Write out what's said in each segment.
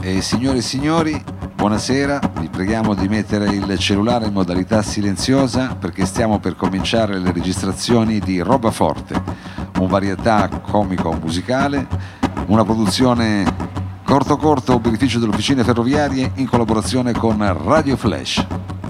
Signore e signori, buonasera, vi preghiamo di mettere il cellulare in modalità silenziosa perché stiamo per cominciare le registrazioni di Roba Forte, un varietà comico-musicale, una produzione corto beneficio delle officine ferroviarie in collaborazione con Radio Flash.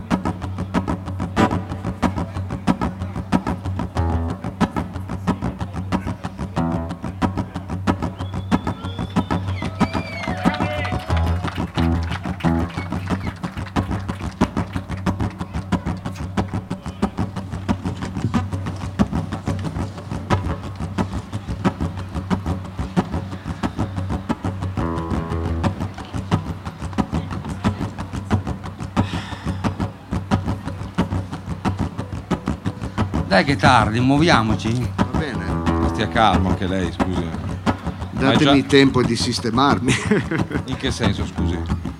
Dai che tardi, muoviamoci. Va bene. Stia calmo anche lei, scusi. Datemi tempo di sistemarmi. In che senso, scusi?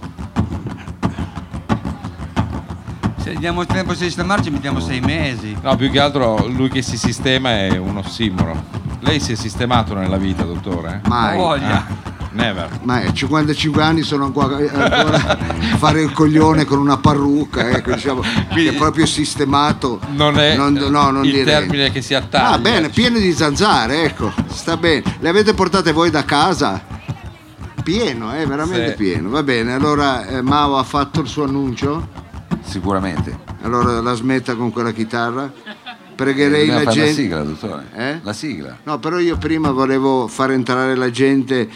Se diamo tempo di sistemarci mettiamo 6 mesi. No, più che altro lui che si sistema è un ossimoro. Lei si è sistemato nella vita, dottore? Mai. Voglia. Never. Ma a 55 anni sono ancora a fare il coglione con una parrucca, ecco, diciamo, che è proprio sistemato. Non è non il direi. termine che si attaglia. Ah, bene, pieno di zanzare, ecco, sta bene. Le avete portate voi da casa? Pieno, veramente Sì. pieno. Va bene, allora Mao ha fatto il suo annuncio? Sicuramente. Allora la smetta con quella chitarra. Pregherei Dobbiamo la fare gente. la sigla, dottore. La sigla. No, però io prima volevo far entrare la gente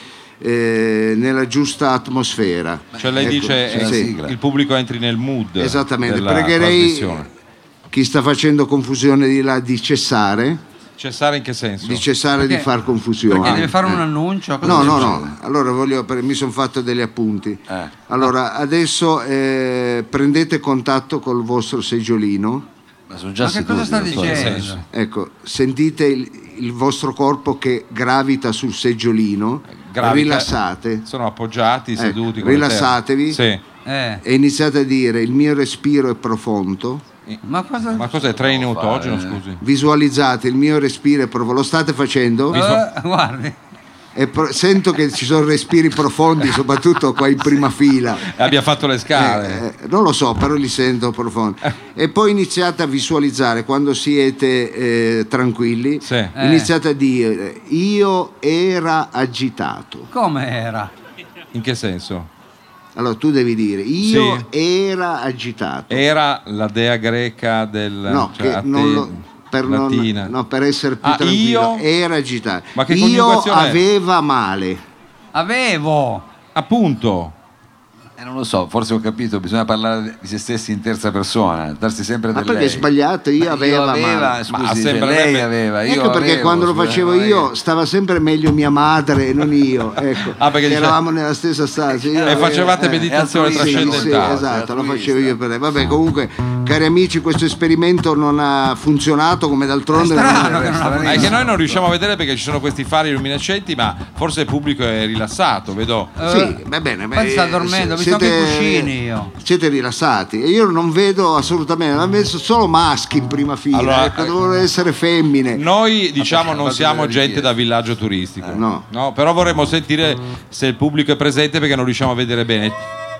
nella giusta atmosfera. Cioè lei Ecco, dice sì. il pubblico entri nel mood. Esattamente, della pregherei trasmissione. chi sta facendo confusione di là di cessare. Cessare in che senso? Di cessare Perché- di far confusione. Perché deve fare un annuncio? Cosa No, deve no, fare? no. Allora mi sono fatto degli appunti. Allora, adesso prendete contatto col vostro seggiolino. Ma sono già Ma che cosa sta dottore. dicendo? Ecco, sentite il vostro corpo che gravita sul seggiolino. Gravita. Rilassate. Sono appoggiati, seduti. con le Rilassatevi. terre. Sì. E iniziate a dire: il mio respiro è profondo. Ma cosa? Ma cos'è? Treno in autogeno, scusi? Visualizzate il mio respiro è profondo. Lo state facendo? Guardi. Sento che ci sono respiri profondi, soprattutto qua in prima fila. Abbia fatto le scale. Non lo so, però li sento profondi. E poi iniziate a visualizzare quando siete tranquilli. Sì. Iniziate a dire: io era agitato. Come era? In che senso? Allora tu devi dire: io era agitato. Era la dea greca del... No, cioè, che non lo- latina. per essere più Ah, tranquillo, io? era agitato. Ma che io coniugazione è? aveva male. Avevo. Appunto. Non lo so, forse ho capito, bisogna parlare di se stessi in terza persona, darsi sempre Ma del perché è lei. sbagliato? Io aveva male. Scusi, Ma cioè, sembra lei me- aveva, io Ecco perché avevo, quando lo scusa, facevo ma io stava sempre meglio mia madre e non io, ecco. Ah, perché eravamo nella stessa stanza. Io E facevate meditazione sì, trascendentale. sì, esatto, lo facevo io per lei. Vabbè, comunque, cari amici, questo esperimento non ha funzionato, come d'altronde Ma è che noi non riusciamo a vedere perché ci sono questi fari luminescenti, ma forse il pubblico è rilassato, vedo. Sì, va bene. Poi sta dormendo, mi sto anche i cuscini io. Siete rilassati e io non vedo assolutamente, ho messo solo maschi in prima fila, Allora, ecco, devono essere femmine. Noi diciamo non fatto siamo delle gente richieste. da villaggio turistico. No. Però vorremmo sentire se il pubblico è presente perché non riusciamo a vedere bene.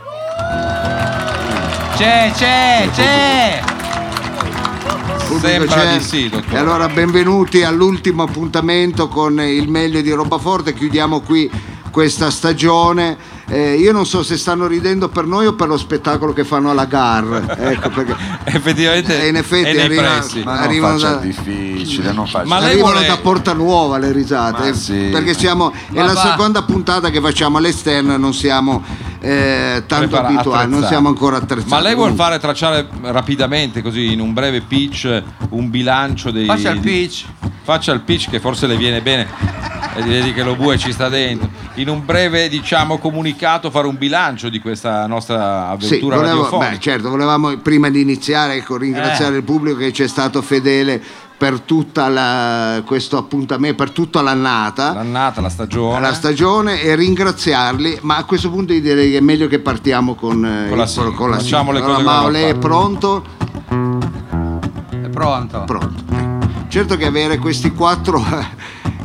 C'è. Pubblico Sembra c'è. di sì, dottore. E allora benvenuti all'ultimo appuntamento con il meglio di Roba Forte. Chiudiamo qui questa stagione. Io non so se stanno ridendo per noi o per lo spettacolo che fanno alla GAR, ecco perché Effettivamente in effetti è nei arriva- pressi. Ma non arrivano faccia da- difficile, non faccia. Ma lei arrivano vuole- da Porta Nuova le risate, Ma sì. perché è la va. seconda puntata che facciamo all'esterno e non siamo tanto abituati, non attrezzati. siamo ancora attrezzati. Ma lei vuol Comunque, fare tracciare rapidamente, così in un breve pitch, un bilancio dei. Faccia il pitch. Faccia il pitch che forse le viene bene. E vedi che lo bue ci sta dentro. In un breve, diciamo, comunicato, fare un bilancio di questa nostra sì, avventura radiofonica. certo, volevamo prima di iniziare ringraziare il pubblico che ci è stato fedele per tutta questo appuntamento, per tutta l'annata. La stagione. La stagione e ringraziarli, ma a questo punto io direi che è meglio che partiamo con la sigla. con la Facciamo sigla. le cose Allora, come Mao, lei è vanno pronto? È pronto. Pronto. Certo che avere questi quattro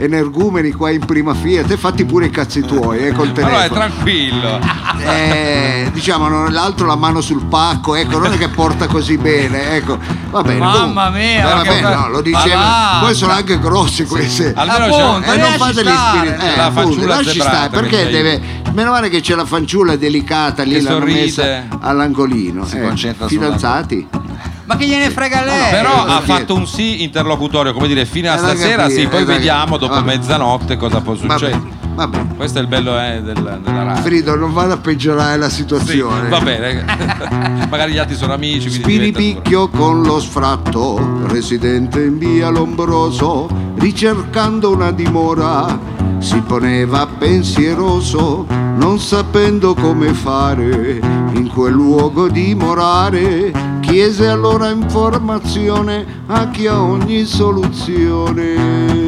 energumeni qua in prima fila, te fatti pure i cazzi tuoi col telefono. Allora è tranquillo. Diciamo l'altro la mano sul pacco, ecco, non è che porta così bene, ecco, va bene. Mamma mia, va bene, no, lo diceva, poi sono anche grossi questi. Almeno Appunto, non fate gli spiriti, la fanciulla lasci zebrata, stare, perché deve, meno male che c'è la fanciulla delicata lì, che l'hanno sorride, messa all'angolino. Si concentra fidanzati. Ma che gliene frega lei? però ha fatto un sì interlocutorio, come dire, fino a stasera sì, poi vediamo dopo mezzanotte cosa può succedere. Vabbè. Questo è il bello della radio. Frido, non vado a peggiorare la Sì, situazione. va bene. Magari gli altri sono amici. Spiripicchio con lo sfratto, residente in via Lombroso, ricercando una dimora, si poneva pensieroso, non sapendo come fare in quel luogo dimorare. Chiese allora informazione a chi ha ogni soluzione.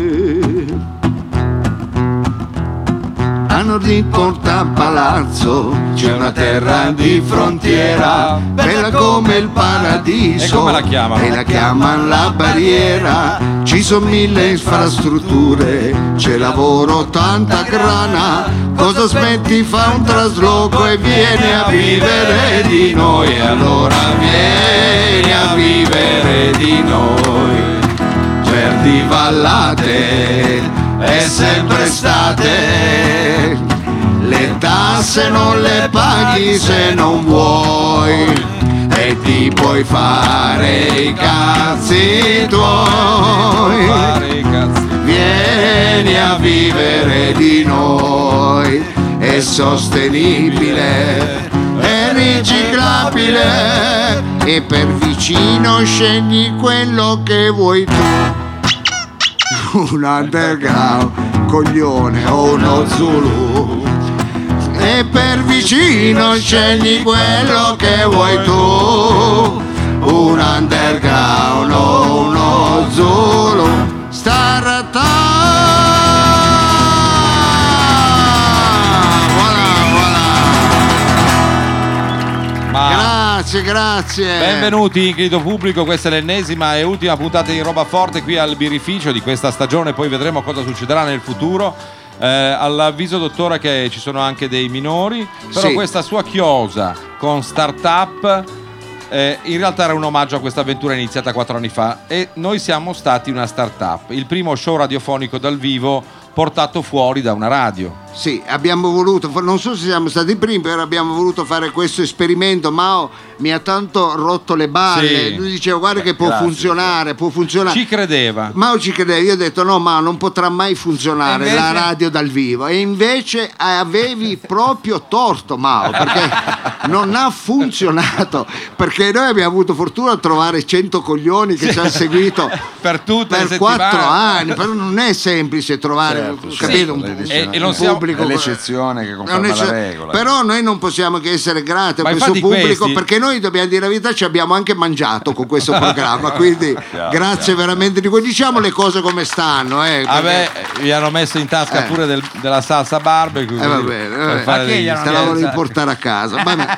A nord di Porta Palazzo c'è una terra di frontiera, bella come il paradiso. E come la chiamano? E la chiamano la barriera. Ci sono 1000 infrastrutture, c'è lavoro, tanta grana. Cosa aspetti? Fa un trasloco e vieni a vivere di noi. E allora vieni a vivere di noi. Verdi vallate è sempre estate, le tasse non le paghi se non vuoi e ti puoi fare i cazzi tuoi. Vieni a vivere di noi, è sostenibile, è riciclabile e per vicino scegli quello che vuoi tu. Un underground, coglione o uno Zulu, e per vicino scegli quello che vuoi tu. Un underground o uno Zulu, starata. Grazie. Benvenuti, querido pubblico, questa è l'ennesima e ultima puntata di Roba Forte qui al birrificio di questa stagione, poi vedremo cosa succederà nel futuro. All'avviso dottore che ci sono anche dei minori, però sì. Questa sua chiosa con Startup in realtà era un omaggio a questa avventura iniziata 4 anni fa e noi siamo stati una startup, il primo show radiofonico dal vivo portato fuori da una radio. Sì, abbiamo voluto, non so se siamo stati i primi, però abbiamo voluto fare questo esperimento. Mao mi ha tanto rotto le balle, Sì. lui diceva guarda che può funzionare. Ci credeva. Mao ci credeva, io ho detto no Mao, non potrà mai funzionare invece... la radio dal vivo, e invece avevi proprio torto Mao, perché non ha funzionato, perché noi abbiamo avuto fortuna a trovare 100 coglioni che ci hanno seguito per tutte le per 4 settimane. anni, però non è semplice trovare, capito, e non siamo pubblico, è l'eccezione che conferma la regola. però noi non possiamo che essere grati a Ma questo infatti pubblico, questi... perché noi dobbiamo dire la verità, ci abbiamo anche mangiato con questo programma, quindi grazie veramente di cuore. Diciamo le cose come stanno, Vabbè, vi hanno messo in tasca pure della salsa barbecue va bene, per fare degli te la volevi portare a casa. Vabbè.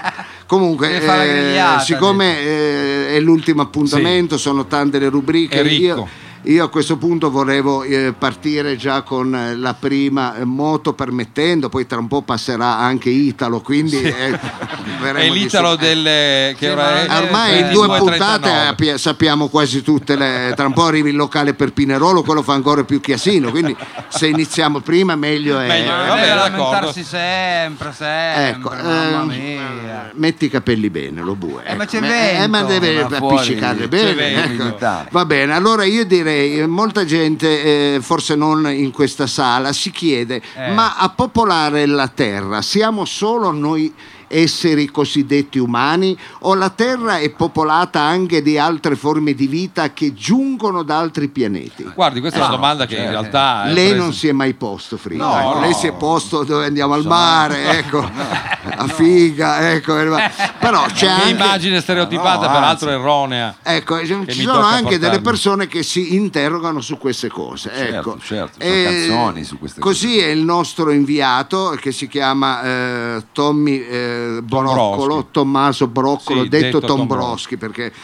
Comunque, siccome è l'ultimo appuntamento, sono tante le rubriche, io a questo punto volevo partire già con la prima, moto permettendo, poi tra un po' passerà anche Italo, quindi è l'Italo delle che ora è ormai in 2 puntate sappiamo quasi tutte tra un po' arrivi il locale per Pinerolo, quello fa ancora più casino, quindi se iniziamo prima meglio è. Vabbè, lamentarsi sempre ecco, mamma mia. metti i capelli bene, lo bue, ma c'è vento, ma deve appiccicarli bene, ecco. Va bene, allora io direi, molta gente forse non in questa sala si chiede ma a popolare la terra siamo solo noi esseri cosiddetti umani, o la Terra è popolata anche di altre forme di vita che giungono da altri pianeti? Guardi, questa è una domanda che in realtà lei non si è mai posto, Frida. No. Lei si è posto dove andiamo al mare, ecco, a Figa, ecco. Però c'è anche immagine stereotipata, peraltro erronea. Ecco, ci sono anche delle persone che si interrogano su queste cose. Ecco. Certo, sono canzoni su queste cose. Così è il nostro inviato che si chiama Tommy Broccolo, Tommaso Broccolo, sì, detto Tom Broschi, perché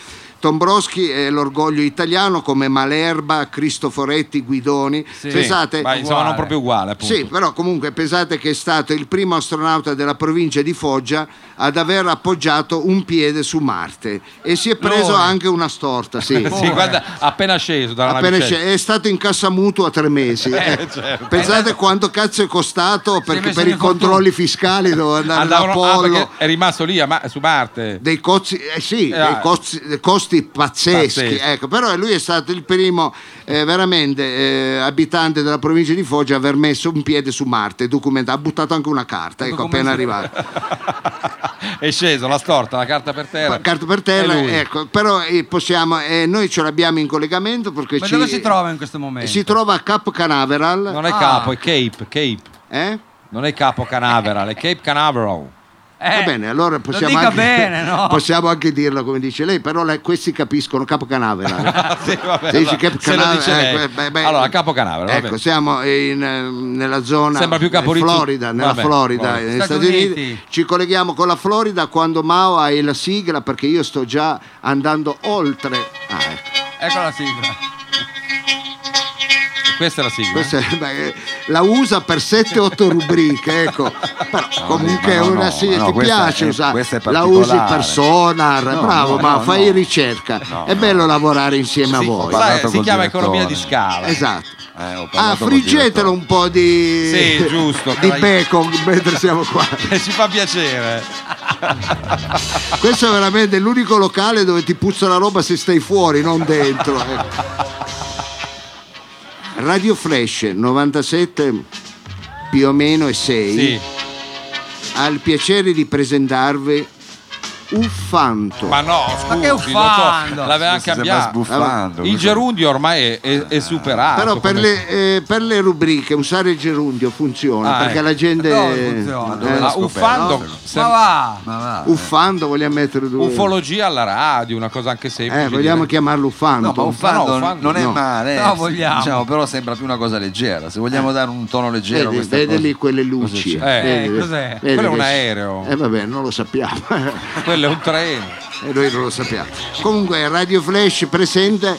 Tombroschi è l'orgoglio italiano, come Malerba, Cristoforetti, Guidoni. Sì. Pensate, Ma insomma non proprio uguale, appunto. sì, però comunque pensate che è stato il primo astronauta della provincia di Foggia ad aver appoggiato un piede su Marte e si è preso Noi. anche una storta, sì. Sì, guarda, appena sceso dalla Appena navicella. è stato in cassa mutua 3 mesi. certo. Pensate quanto cazzo è costato, perché messo per i in fortuna. controlli fiscali doveva andare Andavano, all'Apollo. perché è rimasto lì su Marte. Dei costi, dei costi pazzeschi, Pazzeschi. ecco. Però lui è stato il primo veramente abitante della provincia di Foggia a aver messo un piede su Marte, documentato, ha buttato anche una carta, ecco, appena arrivato. È sceso, la storta, la carta per terra. Carta per terra, E lui. ecco, però possiamo, noi ce l'abbiamo in collegamento perché Ma dove si trova in questo momento? si trova a Cap Canaveral. Non è Capo, è Cape. Eh? Non è Capo Canaveral, è Cape Canaveral. Va bene, allora possiamo lo dica anche, bene, no? possiamo anche dirlo come dice lei, però questi capiscono Capo Canaveral. Sì, vabbè, Se dici allora, Cape se lo dice Canaveral, lei. Allora, Capo Canaveral. va Ecco, bene. siamo nella zona Sembra più Caporizzo- Florida, nella vabbè, Florida, Florida. negli Stati Stati Uniti. Uniti. Ci colleghiamo con la Florida quando Mao ha la sigla, perché io sto già andando oltre. Ecco. Ecco la sigla. Questa è la sigla. Questa la usa per 7-8 rubriche, ecco. Però comunque è una sigla, ti questa piace è- usare, questa è la usi particolare. per Sonar, No, bravo, no, ma no, fai no. ricerca. No, è bello lavorare insieme a Sì, voi. ho parlato si col chiama direttore. economia di scala. Esatto. Ho parlato col Friggetelo direttore. un po' di Sì, giusto, di dai. bacon mentre siamo qua. Ci fa piacere. Questo è veramente l'unico locale dove ti puzza la roba se stai fuori, non dentro. ecco. Radio Flash 97 più o meno e 6 Sì. ha il piacere di presentarvi Uffanto. Ma no, scusi, che uffando? dottor, l'aveva Sembra cambiato. sbuffando. Il gerundio ormai è superato. Però per come- le rubriche usare il gerundio funziona, Ah, perché ecco. la gente Dove funziona? dove l'ha Ma scoperto? uffando, No? sem- Ma va! Ma va. Uffando vogliamo mettere due. ufologia alla radio, una cosa anche semplice. Vogliamo dire. chiamarlo Uffanto. No, ma uffando No, uffando non è no. male, No, vogliamo. diciamo, però sembra più una cosa leggera. Se vogliamo dare un tono leggero, Vedi, questa vedi cosa- lì quelle cosa luci. c'è? Vedi, cos'è? vedi Quello è un che- aereo. Vabbè, non lo sappiamo. Quello è un treno. E noi non lo sappiamo. Comunque Radio Flash presenta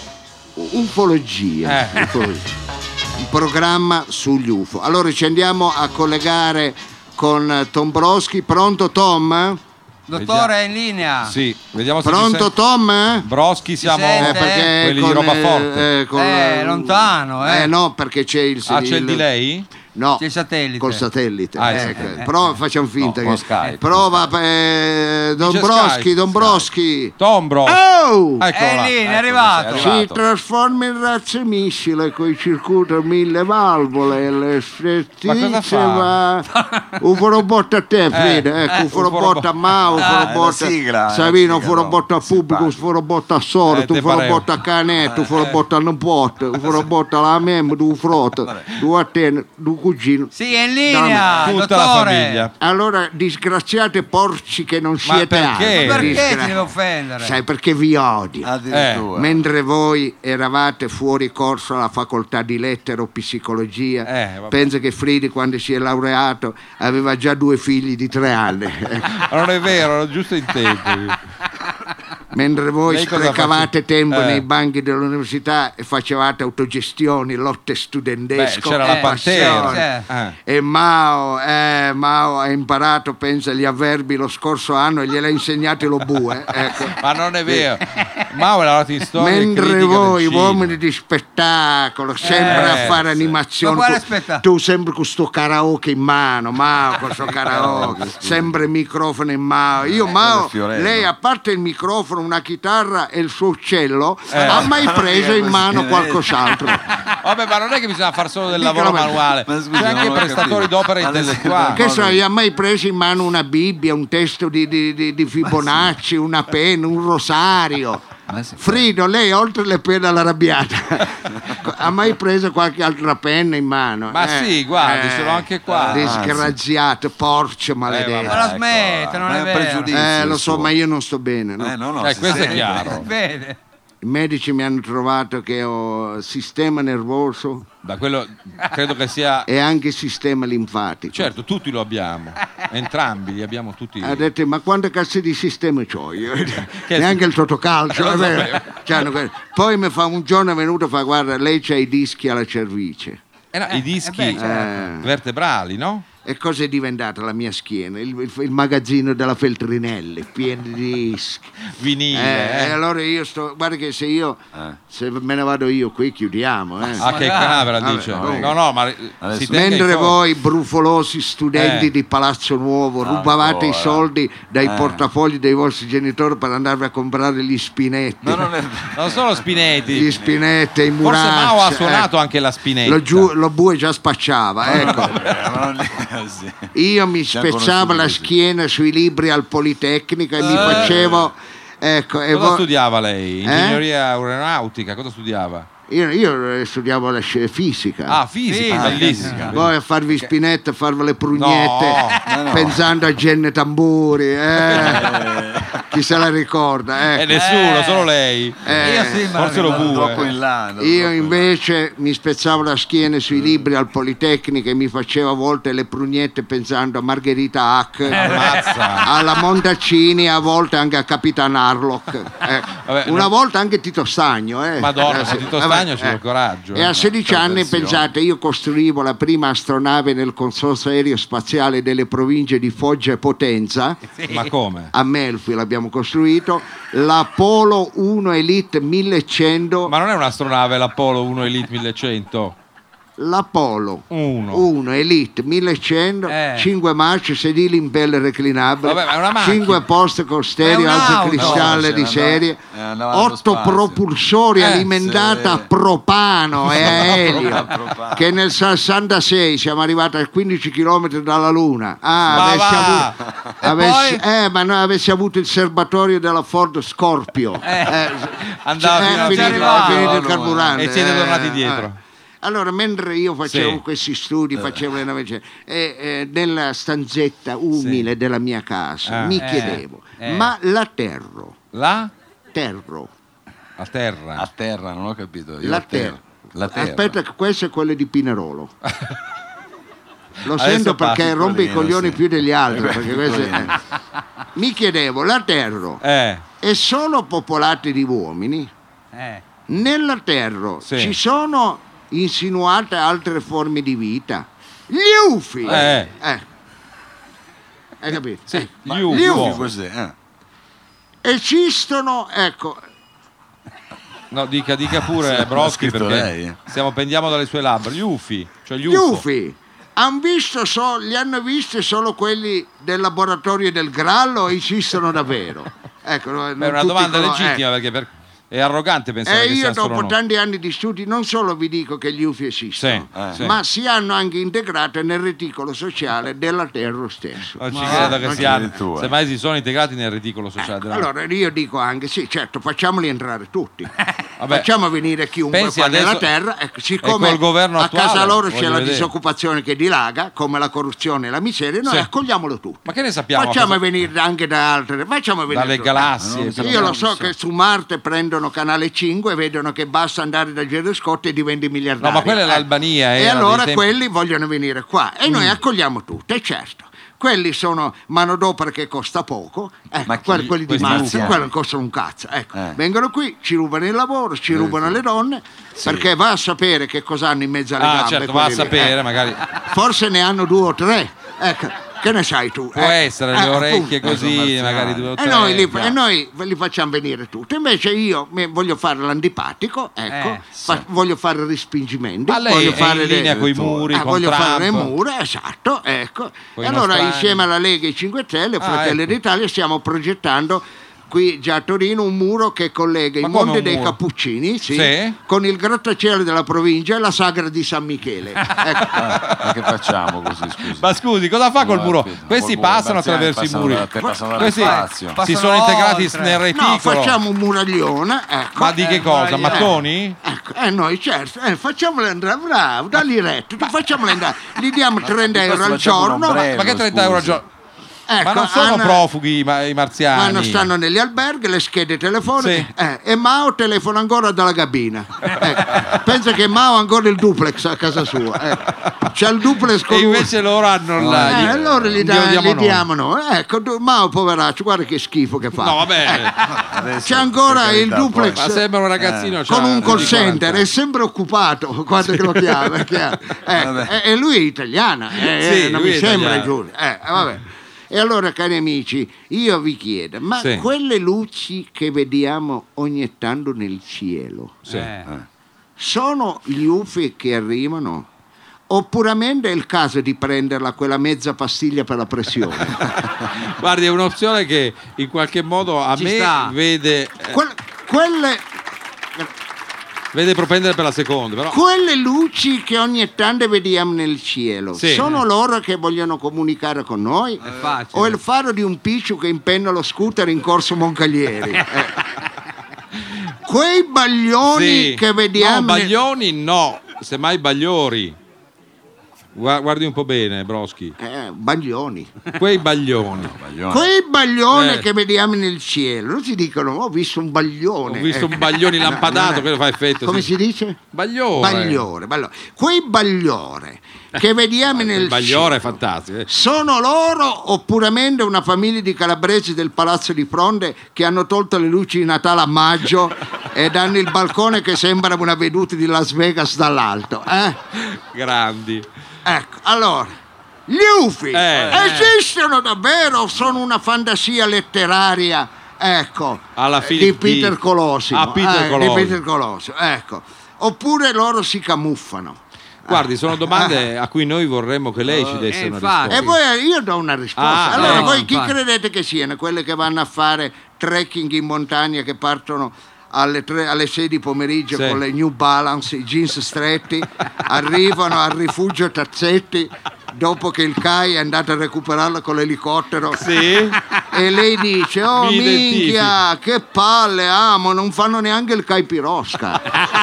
Ufologia, Ufologia, un programma sugli UFO. Allora ci andiamo a collegare con Tombroschi. Pronto Tom? Dottore, è in linea. Sì, vediamo se ci Pronto sente. Tom? Broschi siamo sente? Perché quelli di con, roba forte. con- lontano, no, perché c'è il Ah, c'è il delay? No, C'è il satellite. col satellite. Ah, il Ecco, satellite. Prova, facciamo finta No, con che Skype. prova Skype, Dombroschi. Tombro. Oh! Eccolo là. È lì, è Ecco, arrivato. è Si trasforma in razza missile con i circuiti a 1000 valvole e le Ma cosa strettizie fa? Uforobot a te Frida, ecco, Uforobot. Uforobot a Mao, Uforobot la sigla, Savino, la sigla, Uforobot a no, pubblico, simpatico. Uforobot a sordo, te Uforobot a canetto, Uforobot a nipote, Uforobot alla mem, due frotte, due a te, due cugini. Sì, è in linea, Tutta la dottore. famiglia. Allora, disgraziate porci che non siete perché? altri. Ma perché Disgra- ti deve offendere? Sai perché vi odio? Addirittura. Mentre voi eravate fuori corso alla facoltà di lettere o psicologia, vabbè. penso che Fridi quando si è laureato aveva già 2 figli di 3 anni. Ma non è vero, ero giusto in tempo. Mentre voi Lei cosa sprecavate tempo Eh. nei banchi dell'università e facevate autogestioni, lotte studentesche. Beh, c'era la Pantera. passione. E Mao ha imparato, pensa, gli avverbi lo scorso anno e gliel'ha insegnati lo bue. Ecco. Ma non è vero. Mao è lavorato in storia e Mentre critica voi, del cinema. uomini di spettacolo, sempre a fare sì. animazioni, Ma quale spettacolo? tu sempre con sto karaoke in mano, Mao, con sto karaoke, sempre microfono in mano. Io, Mao, è Fiorello. lei a parte il microfono, una chitarra e il suo uccello, ha mai preso in mano qualcos'altro? Vabbè, ma non è che bisogna fare solo del Dica lavoro la verità. manuale, Ma scusi, c'è anche non ho prestatori capito. d'opera Adesso- intellettuali. Che so, io ha mai preso in mano una Bibbia, un testo di Fibonacci, una penna, un rosario? Ma sì. Frido, lei oltre le penne all'arrabbiata ha mai preso qualche altra penna in mano? Ma sì, guardi, ce l'ho anche qua. Disgraziato, porcio maledetto. Ma la smetta, non Ma è un vero. pregiudizio. Lo so, suo. ma io non sto bene. No? No, Questo è sì. chiaro. Vede. I medici mi hanno trovato che ho sistema nervoso Da quello credo che sia. e anche sistema linfatico. Certo, tutti lo abbiamo, entrambi li abbiamo tutti. Ha detto, ma quante cazzo di sistema c'ho io? Neanche il totocalcio. Lo vabbè. Poi mi fa un giorno è venuto e fa, guarda, lei c'ha i dischi alla cervice. I dischi vertebrali, no? E cosa è diventata la mia schiena? Il magazzino della Feltrinelli, pieno di dischi. Vinile. E allora io guarda che se me ne vado io qui chiudiamo. Ah, che canavera dice. No, ma si tenga Mentre in voi brufolosi studenti di Palazzo Nuovo rubavate i soldi dai portafogli dei vostri genitori per andarvi a comprare gli spinetti. non solo Spinetti. Gli spinetti, i Forse muracci. Mao ha suonato anche la spinetta. Lo bue già spacciava, ecco. Sì. Io mi spezzavo la schiena sui libri al Politecnico e mi facevo. Ecco, Cosa studiava lei? Ingegneria aeronautica? Cosa studiava? Io studiavo la fisica. Ah, fisica, bellissima. Poi a farvi spinette, a farvi le prugnette, No. pensando a Genne Tamburi. Chi se la ricorda? Ecco. Nessuno, solo lei. Io sì, ma Forse lo Troppo bue. in là. Io invece mi spezzavo la schiena sui libri al Politecnico e mi facevo a volte le prugnette pensando a Margherita Hack, Ammazza. alla Montaccini, a volte anche a Capitan Harlock. Vabbè, Una volta anche Tito Stagno. Madonna, Sì. se Tito Vabbè, Stagno c'è il coraggio. E a 16 anni, attenzione. pensate, io costruivo la prima astronave nel consorzio aereo spaziale delle province di Foggia e Potenza. Ma come? A Melfi l'abbiamo costruito, l'Apollo 1 Elite 1100. Ma non è un'astronave l'Apollo 1 Elite 1100? L'Apollo 1. 1 Elite 1100, 5 marce, sedili in pelle reclinabile, Vabbè, ma è una macchina. 5 poste con Ma stereo, è alze un'auto. cristalli No, di se serie, andava allo 8 spazio. propulsori alimentati a propano e a elio, Propano. che nel 66 siamo arrivati a 15 km dalla Luna. Ma va! Ma noi avessi avuto il serbatoio della Ford Scorpio. Andava fino a finito il no, carburante. E siete tornati dietro. Allora, mentre io facevo Sì. questi studi, facevo le nave, nella stanzetta umile della mia casa, mi chiedevo, ma la Terro, La Terro, a terra. A terra, non ho capito. Io la a terra. La terra. aspetta che questo è quello di Pinerolo. Lo Adesso sento perché passi, rompe i Colino, coglioni sì. più degli altri. Beh, Perché questo Colino. Mi chiedevo, la Terra è solo popolata di uomini? Nella Terra Sì. ci sono insinuate altre forme di vita? Gli UFI! Hai capito? Sì, Gli gli UFI UFO. Cos'è? esistono, ecco. No, dica pure Broschi, scritto perché lei. pendiamo dalle sue labbra. Gli UFI, cioè gli Gli UFO. UFI li hanno visti solo quelli del laboratorio del Grallo o esistono davvero? Ecco, Beh, è una domanda legittima perché è arrogante pensare che io sia solo dopo noi. tanti anni di studi non solo vi dico che gli UFI esistono, Sì. ma si hanno anche integrate nel reticolo sociale della Terra stesso. Non ci credo che non ci siano. addirittura. Semmai si sono integrati nel reticolo sociale della Allora io dico anche sì, certo, facciamoli entrare tutti. Vabbè. Facciamo venire chiunque Pensi qua nella adesso- terra, ecco, siccome col governo a casa attuale, loro c'è voglio la vedere. disoccupazione che dilaga, come la corruzione e la miseria, noi Sì. accogliamolo tutti. Ma che ne sappiamo? Facciamo Cosa- venire anche da altre, facciamo venire dalle tutti. galassie. Io lo so che su Marte prendono Canale 5 e vedono che basta andare da Gerry Scott e diventi miliardario. No, ma quella è l'Albania, E era allora dei tempi- quelli vogliono venire qua e noi accogliamo tutti, e certo. Quelli sono manodopera che costa poco, ecco, Ma quelli di questi Marte, anziani? quelli costano un cazzo. Ecco. Vengono qui, ci rubano il lavoro, ci rubano le donne, perché va a sapere che cosa hanno in mezzo alle gambe. certo, va a quelli lì. sapere, magari. Forse ne hanno 2 o 3. Ecco, che ne sai tu? Può essere, le orecchie appunto. così, magari 2 o 3. E noi li facciamo venire tutti. Invece io voglio fare l'antipatico, ecco, voglio fare respingimenti, Ma lei voglio è fare in linea coi muri, con voglio fare le Trump. mura, esatto, ecco. Coi E allora nostrani. insieme alla Lega e i 5 Stelle, Fratelli ecco. d'Italia, stiamo progettando qui già a Torino un muro che collega Ma i come Monti un dei muro? Cappuccini Sì? con il grattacielo della provincia e la sagra di San Michele. Ecco. Ma che facciamo così, scusi? Ma scusi, cosa fa col No, muro? capito. Questi Col muro, passano Marziani attraverso i passano muri. passano Questi dall'spazio. si Passano sono integrati oltre. nel reticolo. No, facciamo un muraglione, ecco. Ma di che cosa? muraglione. Mattoni? Ecco, noi certo, facciamole andare, bravo, dagli retto, facciamole andare, gli diamo 30 euro al facciamo un giorno. ombrello, Ma che 30 euro al scusi. giorno? Ecco, Ma non sono profughi i marziani. Ma non stanno negli alberghi, le schede telefoniche. E Mao telefona ancora dalla cabina. Ecco. Pensa che Mao ha ancora il duplex a casa sua. Ecco. C'è il duplex con E invece loro hanno allora gli diamo noi. Ecco, Mao poveraccio, guarda che schifo che fa. No, vabbè. C'è ancora il duplex. Ma sembra un ragazzino. Con un call center, 40. è sempre occupato quando che lo chiama. E lui è italiana, Sì, non lui mi è sembra italiano. Giulio. Vabbè. E allora, cari amici, io vi chiedo, ma Sì. quelle luci che vediamo ogni tanto nel cielo Sì. sono gli UFO che arrivano? O puramente è il caso di prenderla quella mezza pastiglia per la pressione? Guardi, è un'opzione che in qualche modo a Ci me sta. vede propendere per la seconda, però. Quelle luci che ogni tanto vediamo nel cielo, Sì. sono loro che vogliono comunicare con noi? È facile. O è il faro di un picciu che impenna lo scooter in corso Moncaglieri? Quei baglioni Sì. che vediamo... No, baglioni no, semmai bagliori. Guardi un po' bene, Broschi. Baglioni. Quei baglioni. Quei baglioni Eh. che vediamo nel cielo, non si dicono, ho visto un baglione. Ho visto un baglione lampadato, quello fa effetto. Come sì. si dice? Bagliore. Bagliore. Quei bagliore che vediamo nel Il bagliore è cielo, fantastico. sono loro o puramente una famiglia di calabresi del Palazzo di Fronde che hanno tolto le luci di Natale a maggio ed hanno il balcone che sembra una veduta di Las Vegas dall'alto? Grandi. Ecco, allora, gli UFI esistono davvero o sono una fantasia letteraria, ecco, Alla di Peter Colosimo? Ah, Peter Colosimo. Di Peter Colosimo, ecco. Oppure loro si camuffano? Guardi, sono domande a cui noi vorremmo che lei ci desse una infatti. E risposta. poi io do una risposta. Ah, allora, no, voi chi infatti. credete che siano? Quelle che vanno a fare trekking in montagna, che partono alle 6 di pomeriggio Sì. con le New Balance, i jeans stretti, arrivano al rifugio Tazzetti dopo che il CAI è andato a recuperarla con l'elicottero. Sì? E lei dice: oh Mi minchia, che palle, amo, non fanno neanche il CAI Pirosca.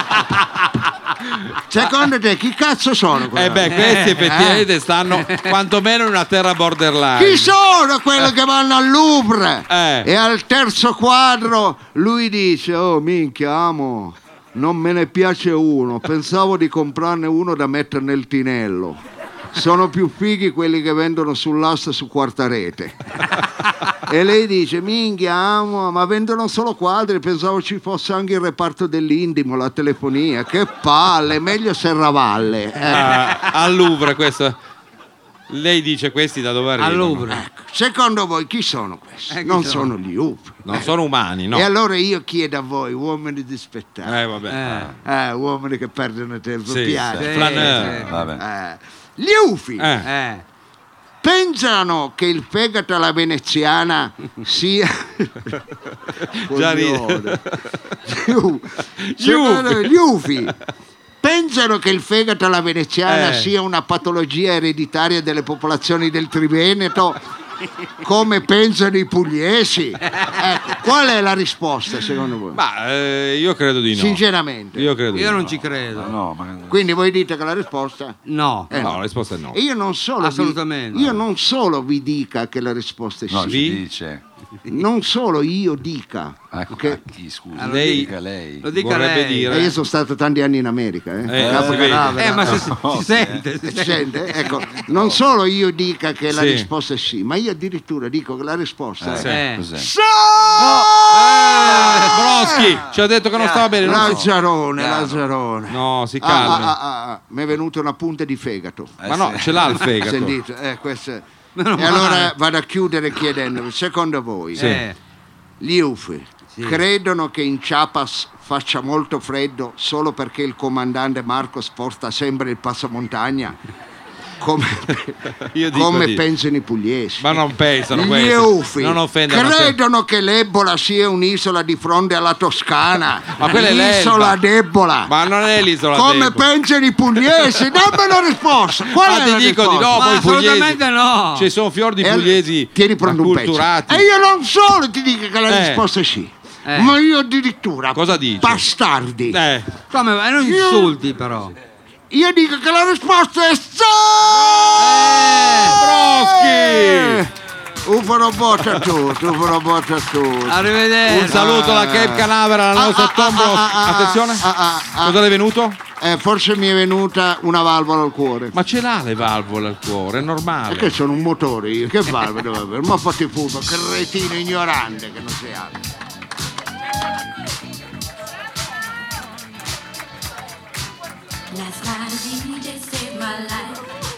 Secondo te chi cazzo sono quelli? Questi effettivamente stanno quantomeno in una terra borderline. Chi sono quelli che vanno al Louvre? E al terzo quadro lui dice: oh minchia, amo, non me ne piace uno, pensavo di comprarne uno da mettere nel tinello. Sono più fighi quelli che vendono sull'asta su quarta rete. E lei dice: minchia, amo, ma vendono solo quadri, pensavo ci fosse anche il reparto dell'Indimo, la telefonia. Che palle, meglio Serravalle. Al Louvre questo. Lei dice questi da dove arrivano? Al Louvre. Ecco, secondo voi chi sono questi? Chi Non sono? sono gli UFO. Non sono umani, no? E allora io chiedo a voi, uomini di spettacolo, Vabbè. uomini che perdono tempo, Sì, piace. sì. Flaneur. Vabbè. Gli UFI pensano che il fegato alla veneziana sia Già ride. Gli UFI pensano che il fegato alla veneziana sia una patologia ereditaria delle popolazioni del Triveneto, come pensano i pugliesi. Ecco, qual è la risposta secondo voi? Ma io credo di no. Sinceramente. Io credo di Io no. non ci credo. No, ma Quindi voi dite che la risposta No. No, la risposta è no. E io non solo Assolutamente. io non solo vi dica che la risposta è no, sì, ci dice. non solo io dica Ecco, chi scusa? Lei- Dica lei. Lo dica Vorrebbe lei. dire- io sono stato tanti anni in America, Capo si vede. Canavera. Ma si sente. Si sente? Ecco, non solo io dica che la Sì. risposta è sì, ma io addirittura dico che la risposta è Cos'è? Broschi ci ha detto che non stava bene. non si- Lazzarone. No, si calmi. Mi è venuta una punta di fegato. Ma no, ce l'ha il fegato. Sentite, questo è- Meno E allora male. vado a chiudere chiedendovi, secondo voi, gli UFI credono che in Chiapas faccia molto freddo solo perché il comandante Marcos porta sempre il passamontagna? Come, Io dico come di- pensano i pugliesi? Ma non pensano Gli questo. UFI Non offendano te. credono che l'Ebola sia un'isola di fronte alla Toscana. Ma quella è l'isola l'Elba. debbola. Ma non è l'isola Come debole. pensano i pugliesi? Dammi la risposta. Qual Ma è ti la dico di risposta? no, Ma poi i pugliesi. assolutamente no. Ci sono fior di E pugliesi tieni pronto un pezzo. acculturati. E io non solo ti dico che la risposta è sì, ma io addirittura Cosa dici? bastardi. Come? Non insulti però. Io dico che la risposta è sì! Broschi! Un robot a tutti. Arrivederci. Un saluto alla Cape Canaveral, alla nostra Tombro. Attenzione, cosa le è venuto? Forse mi è venuta una valvola al cuore. Ma ce l'ha le valvole al cuore, è normale. Perché sono un motore io, che valvole devo avere? Ma fatti fumo, cretino ignorante che non sei altro. Last night a DJ saved my life.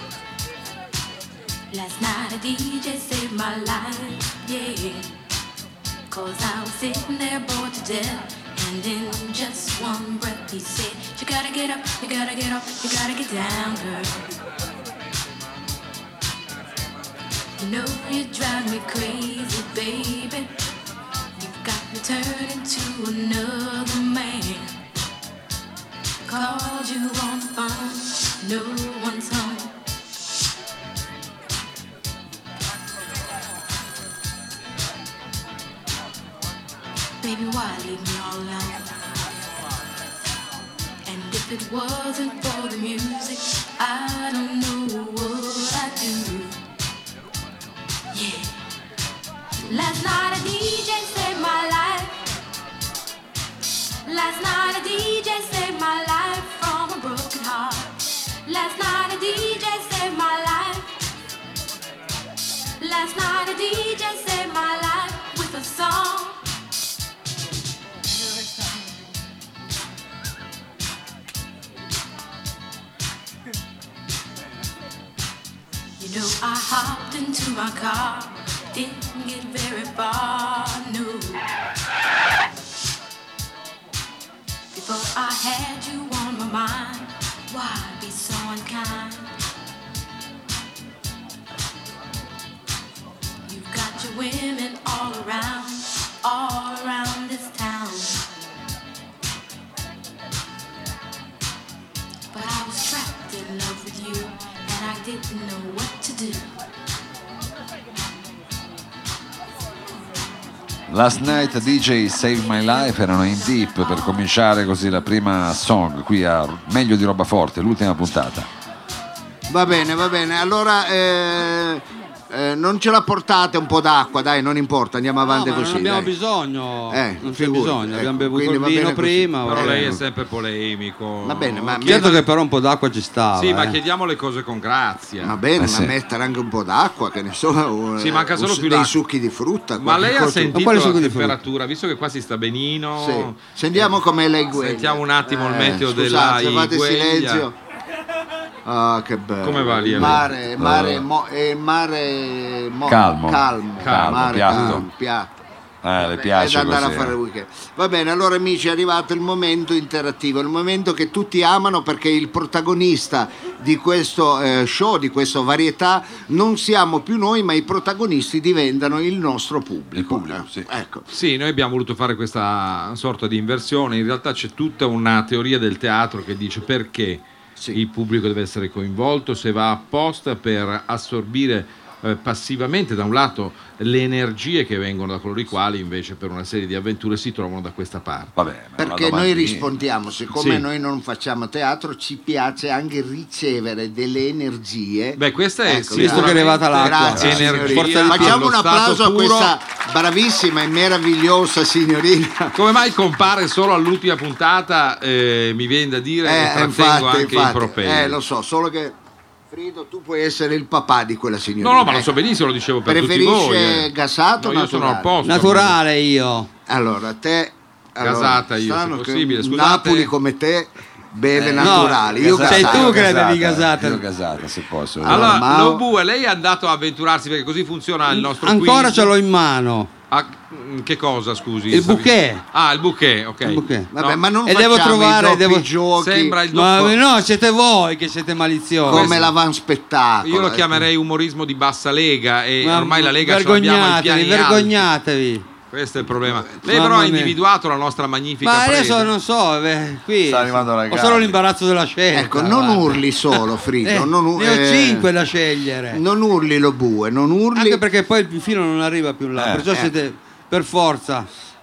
Last night a DJ saved my life, yeah. 'Cause I was sitting there bored to death, and in just one breath he said, you gotta get up, you gotta get up, you gotta get down, girl. You know you drive me crazy, baby. You've got me turning to another man. Called you on the phone, no one's home. Baby, why leave me all alone? And if it wasn't for the music, I don't know what I'd do. Yeah. Last night a DJ saved my life. Last night a DJ saved my life from a broken heart. Last night a DJ saved my life. Last night a DJ saved my life with a song. You know I hopped into my car, didn't get very far, no. Before I had you on my mind, why be so unkind? You've got your women all around this town. But I was trapped in love with you, and I didn't know what to do. Last Night DJ Save My Life erano in Deep per cominciare così la prima song qui a Meglio di Roba Forte, l'ultima puntata. Va bene, allora non ce la portate un po' d'acqua, dai, non importa, andiamo avanti così. Non abbiamo dai. bisogno, non c'è figurati, bisogno, abbiamo bevuto quindi il va bene vino così. prima. Però lei è sempre polemico. Va bene, ma Certo che però un po' d'acqua ci stava. Sì, ma chiediamo le cose con grazia. Va bene, sì. ma mettere anche un po' d'acqua, che ne so, Sì, manca solo più dei l'acqua. succhi di frutta. Ma lei ha qualche sentito quale la succo di temperatura? Visto che qua si sta benino. Sì. Sentiamo com'è la Higuera. Sentiamo un attimo il meteo della Scusate, fate Higuera. silenzio. Ah, che bello. Come va lì? Mare Calmo. mare piatto. piatto. Le È piace da andare così. a fare il weekend. Va bene, allora amici, è arrivato il momento interattivo, il momento che tutti amano, perché il protagonista di questo show, di questa varietà, non siamo più noi, ma i protagonisti diventano il nostro pubblico. Il pubblico, sì. Ecco. Sì, noi abbiamo voluto fare questa sorta di inversione. In realtà c'è tutta una teoria del teatro che dice perché il pubblico deve essere coinvolto, se va apposta per assorbire passivamente da un lato le energie che vengono da coloro i quali invece per una serie di avventure si trovano da questa parte. Vabbè, ma Perché vado noi avanti. rispondiamo, siccome Sì. noi non facciamo teatro, ci piace anche ricevere delle energie. Beh, questa è Ecco, visto che è arrivata l'acqua. Grazie, Energia, signorina. Facciamo allo un applauso stato a puro. questa bravissima e meravigliosa signorina. Come mai compare solo all'ultima puntata? Mi viene da dire e trattengo anche i properi. Lo so, solo che Frido, tu puoi essere il papà di quella signorina. No, ma lo so benissimo, lo dicevo per tutti voi. Preferisce gasato o No, io sono al naturale? posto. Naturale io. Allora, te Gasata io, strano se che possibile, un scusate. Napoli come te beve No, naturale. Io sei gasato. tu che le bevi gasate. Io gasata, se posso. Allora, Mao- lo bue, lei è andato a avventurarsi perché così funziona il nostro Ancora quiz. ce l'ho in mano. Che cosa, scusi? Il bouquet. Ah, il bouquet, ok. Il bouquet. Vabbè, No, ma non E facciamo devo trovare- i doppi devo- giochi sembra il Ma dopo. no, siete voi che siete maliziosi. come l'avanspettacolo. Io lo ecco. chiamerei umorismo di bassa lega e Ma ormai la lega ce l'abbiamo ai piani alti. vergognatevi. Questo è il problema. Lei Mamma però ha mia. individuato la nostra magnifica Ma adesso preda. non so, qui Sta arrivando la ho gara. solo l'imbarazzo della scelta. Ecco, non guarda. urli solo, Frido. non, ne ho 5 da scegliere. Non urli lo bue, non urli. Anche perché poi il filo non arriva più là, perciò siete per forza.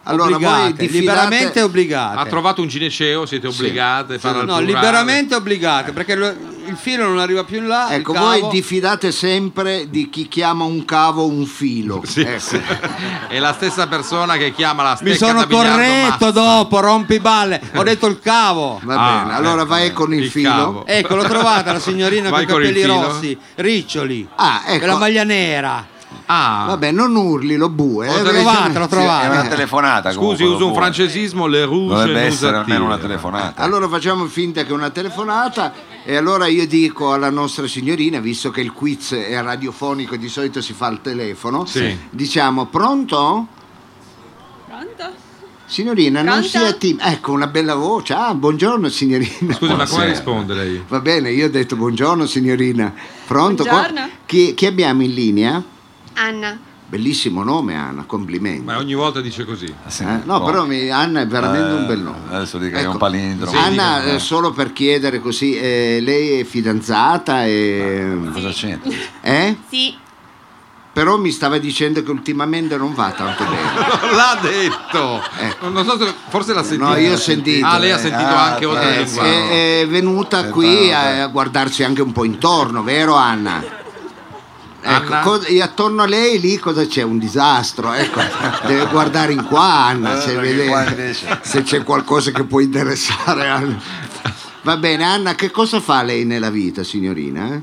Allora, voi obbligate, liberamente obbligate. Ha trovato un gineceo, siete obbligate a fare al No, plurale. liberamente obbligate, perché il filo non arriva più in là. Ecco, il cavo. voi diffidate sempre di chi chiama un cavo un filo. Sì, Ecco. sì. È la stessa persona che chiama la stecca Mi sono da biliardo corretto Mazza. dopo, rompiballe. Ho detto il cavo. Va Ah, bene, allora vai con il filo. cavo. Ecco, l'ho trovata la signorina con Vai i con il capelli filo? rossi, riccioli, Ah, ecco. e la maglia nera. Ah, Vabbè, non urli, lo bue. L'ho trovata, l'ho È trovata. una telefonata. scusi, comunque, uso un lo vuoi. francesismo, le rouge Dovrebbe nous essere almeno una attirent. telefonata. Allora facciamo finta che è una telefonata e allora io dico alla nostra signorina, visto che il quiz è radiofonico e di solito si fa al telefono, Sì. diciamo pronto? Pronto? Signorina, non Pronto? sia timida. Ecco, una bella voce. Ah, buongiorno signorina. Scusi, ma come Buonasera. risponde lei? Va bene, io ho detto buongiorno signorina. Pronto? Buongiorno. Chi abbiamo in linea? Anna. Bellissimo nome Anna, complimenti. Ma ogni volta dice così. Sì, No, boh. però Anna è veramente un bel nome. Adesso dica che è Ecco, un palindromo. Anna, Dica, solo per chiedere così, lei è fidanzata e... cosa c'entra? Sì. Però mi stava dicendo che ultimamente non va tanto bene. Non l'ha detto. Ecco. Non so se forse l'ha sentito. No, io ho sentito. Ah, lei ha sentito anche oltre il linguaggio. È venuta qui a guardarsi anche un po' intorno, vero Anna? Ecco, Anna? e attorno a lei lì cosa c'è? Un disastro, ecco. Deve guardare in qua Anna, se, perché qua vede, invece- se c'è qualcosa che può interessare Anna. Va bene Anna, che cosa fa lei nella vita signorina?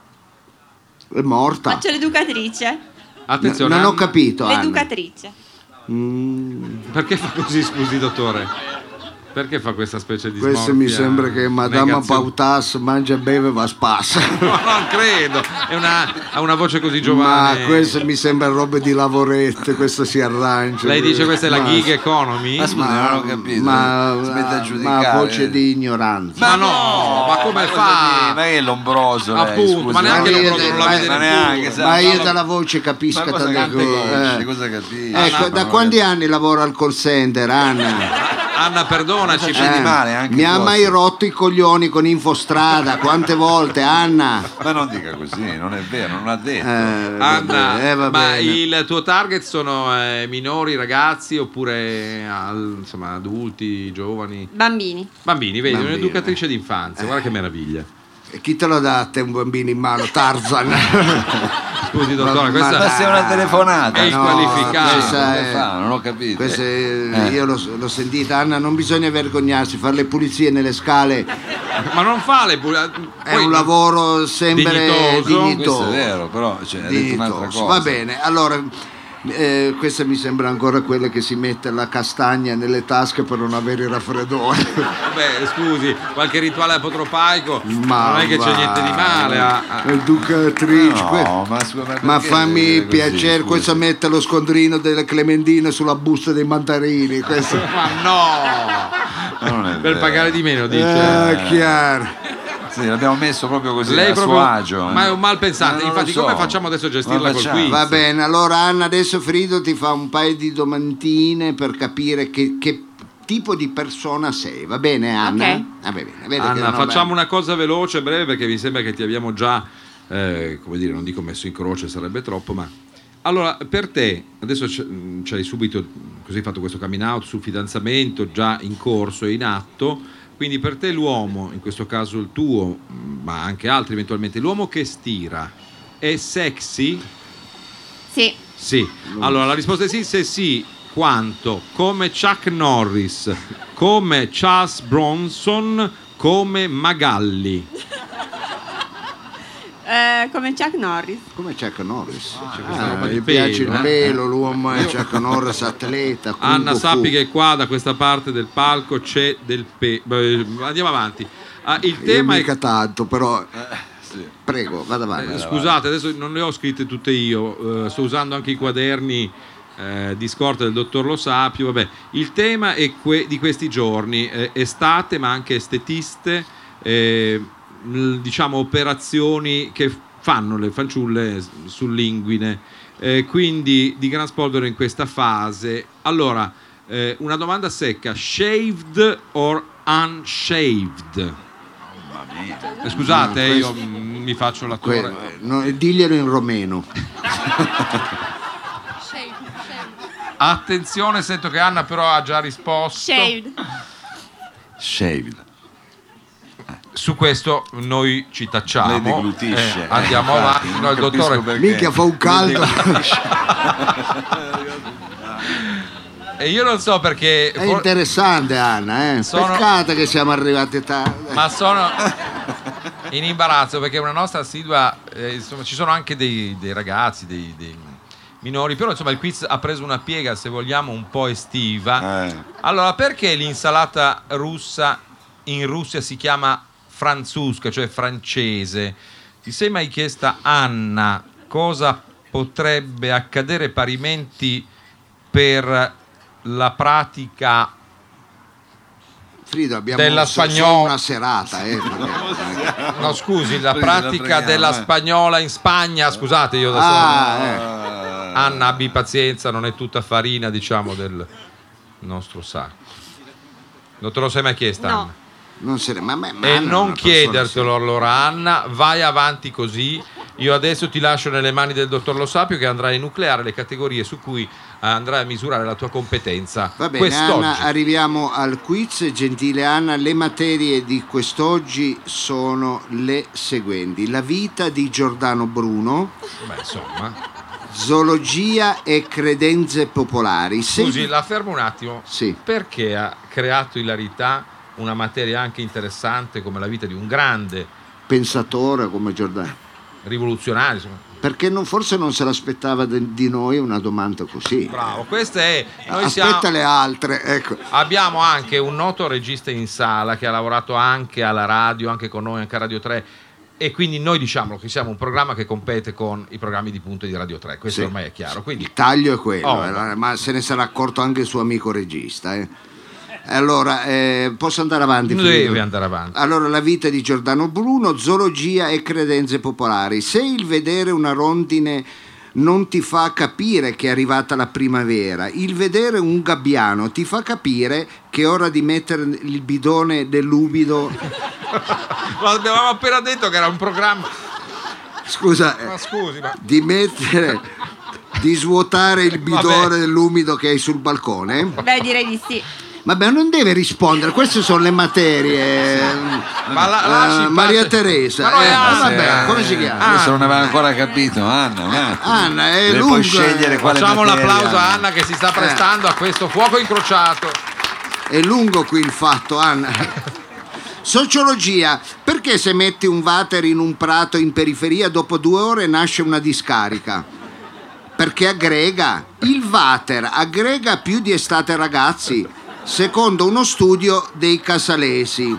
È morta? Faccio l'educatrice. Attenzione. Non ho Anna. capito Anna. L'educatrice. Perché fa così, scusi, dottore? Perché fa questa specie di Questo smorfia mi sembra che Madame negazione? Pautas mangia, beve, va a spassa. No, non credo. Ha una voce così Ma giovane. questo mi sembra roba di lavorette, questo si arrangia. Lei dice questa è la Ma- gig economy? Ma scusi, non ho capito. Smetta a giudicare. ma voce di ignoranza. Ma no, ma come fa? Ma che è l'ombroso lei? Appunto, scusi? ma neanche Ma io- l'ombroso non la vede ma neppure. neanche, sa- Ma io no, dalla voce capisco ma cosa tante capisci? cose. Cosa capisci? Ecco, Ma da no, quanti anni lavora al call center, Anna? Anna, perdonaci. C'è di male anche Mi ha forse. mai rotto i coglioni con Infostrada? Quante volte, Anna? Ma non dica così, non è vero, non ha detto. Anna, va ma bene. il tuo target sono minori, ragazzi oppure insomma adulti, giovani? Bambini. Bambini, vedi, Bambini. un'educatrice d'infanzia, guarda che meraviglia. E chi te lo dà a te un bambino in mano? Tarzan. Scusi dottore, Ma- questa Ma se è una telefonata. È inqualificata. questa Come fa? Non ho capito. questa io l'ho sentita, Anna, non bisogna vergognarsi, fare le pulizie nelle scale Ma non fa le è un lavoro sempre Dignitoso. dignitoso. Questo è vero, però cioè, ha detto un'altra Dignitoso. cosa. Va bene, allora questa mi sembra ancora quella che si mette la castagna nelle tasche per non avere il raffreddore. Vabbè, scusi, qualche rituale apotropaico Ma non è che c'è va. niente di male Educatrice, No, ma scusa, ma perché fammi dire così, piacere, scusi? questa mette lo scondrino delle clementine sulla busta dei mandarini. Questo. Ma no! Ma non è Per vero. pagare di meno, dice. Chiaro. Sì, l'abbiamo messo proprio così Lei a proprio, suo agio. ma è un mal pensante. Non lo Infatti, so. come facciamo adesso a gestirla Ma col facciamo. quiz? Va bene, allora Anna, adesso Frido ti fa un paio di domandine per capire che tipo di persona sei, va bene Anna? Ok. Va bene, vede che Anna, non- facciamo una cosa veloce e breve perché mi sembra che ti abbiamo già, come dire, non dico messo in croce, sarebbe troppo, ma allora per te, adesso c'hai subito così fatto questo coming out sul fidanzamento già in corso e in atto, quindi per te l'uomo, in questo caso il tuo, ma anche altri eventualmente, l'uomo che stira è sexy? Sì. Sì. Allora la risposta è sì, se sì, quanto? Come Chuck Norris, come Charles Bronson, come Magalli. Come Chuck Norris. Come Chuck Norris. questa roba di gli piace pelo, il pelo, l'uomo è Chuck Norris atleta. Anna, kung fu. sappi che qua da questa parte del palco c'è del andiamo avanti. Il tema Io è mica tanto, però prego, vada avanti. scusate, adesso non le ho scritte tutte io, sto usando anche i quaderni di scorta del dottor Lo Sapio. Vabbè, il tema è di questi giorni, estate ma anche estetiste, diciamo operazioni che fanno le fanciulle sull'inguine, quindi di gran spolvero in questa fase. Allora, una domanda secca: shaved or unshaved? Scusate, io mi faccio l'attore. Diglielo in romeno. Attenzione, sento che Anna però ha già risposto. Shaved. Su questo noi ci Lei tacciamo. deglutisce. Andiamo Infatti, avanti. non No, il capisco dottore. perché. Minchia, fa un caldo. E io non so perché. È interessante, Anna, eh? Sono- Peccato che siamo arrivati tardi. Ma sono in imbarazzo perché una nostra assidua, insomma, ci sono anche dei ragazzi, dei minori, però insomma il quiz ha preso una piega, se vogliamo, un po' estiva. Allora, perché l'insalata russa in Russia si chiama franzusca, cioè francese? Ti sei mai chiesta, Anna, cosa potrebbe accadere parimenti per la pratica Frido, abbiamo della solo spagnola? una serata, No, scusi, la Scusi, pratica la preghiamo, della spagnola in Spagna, scusate, io adesso Anna, abbi pazienza, non è tutta farina, diciamo, del nostro sacco. Non te lo sei mai chiesta, No. Anna? Non se ne... ma E Anna è non una persona chiedertelo allora, Anna, vai avanti così. Io adesso ti lascio nelle mani del dottor Lo Sapio, che andrà a enucleare le categorie su cui andrai a misurare la tua competenza. Va bene, quest'oggi. Anna, arriviamo al quiz. Gentile Anna, le materie di quest'oggi sono le seguenti: la vita di Giordano Bruno, Beh, insomma. zoologia e credenze popolari. Scusi, la fermo un attimo. Sì. Perché ha creato ilarità una materia anche interessante come la vita di un grande Pensatore come Giordano. rivoluzionario? Insomma. Perché forse non se l'aspettava di noi una domanda così. Bravo, questa è. Noi Aspetta le altre, ecco. Abbiamo anche un noto regista in sala che ha lavorato anche alla radio, anche con noi, anche a Radio 3. E quindi noi diciamo che siamo un programma che compete con i programmi di punto di Radio 3, questo Sì. ormai è chiaro. Quindi Il taglio è quello, Oh. ma se ne sarà accorto anche il suo amico regista. Allora, posso andare avanti? Deve Frido? andare avanti. Allora, la vita di Giordano Bruno, zoologia e credenze popolari. Se il vedere una rondine non ti fa capire che è arrivata la primavera, il vedere un gabbiano ti fa capire che è ora di mettere il bidone nell'umido. Ma avevamo appena detto che era un programma. Scusa, Ma scusi, ma di svuotare il bidone Vabbè. dell'umido che hai sul balcone? Beh, direi di sì. Vabbè, non deve rispondere, queste sono le materie. Ma lasci in Maria pace. Teresa, Ma noi Anna, vabbè, come si chiama? Adesso non aveva ancora capito, Anna, un attimo. Anna, è Le lunga. puoi scegliere quale facciamo materia. l'applauso a Anna che si sta prestando a questo fuoco incrociato. È lungo qui il fatto, Anna. Sociologia, perché se metti un water in un prato in periferia dopo 2 ore nasce una discarica? Perché aggrega. Il water aggrega più di estate ragazzi, secondo uno studio dei casalesi.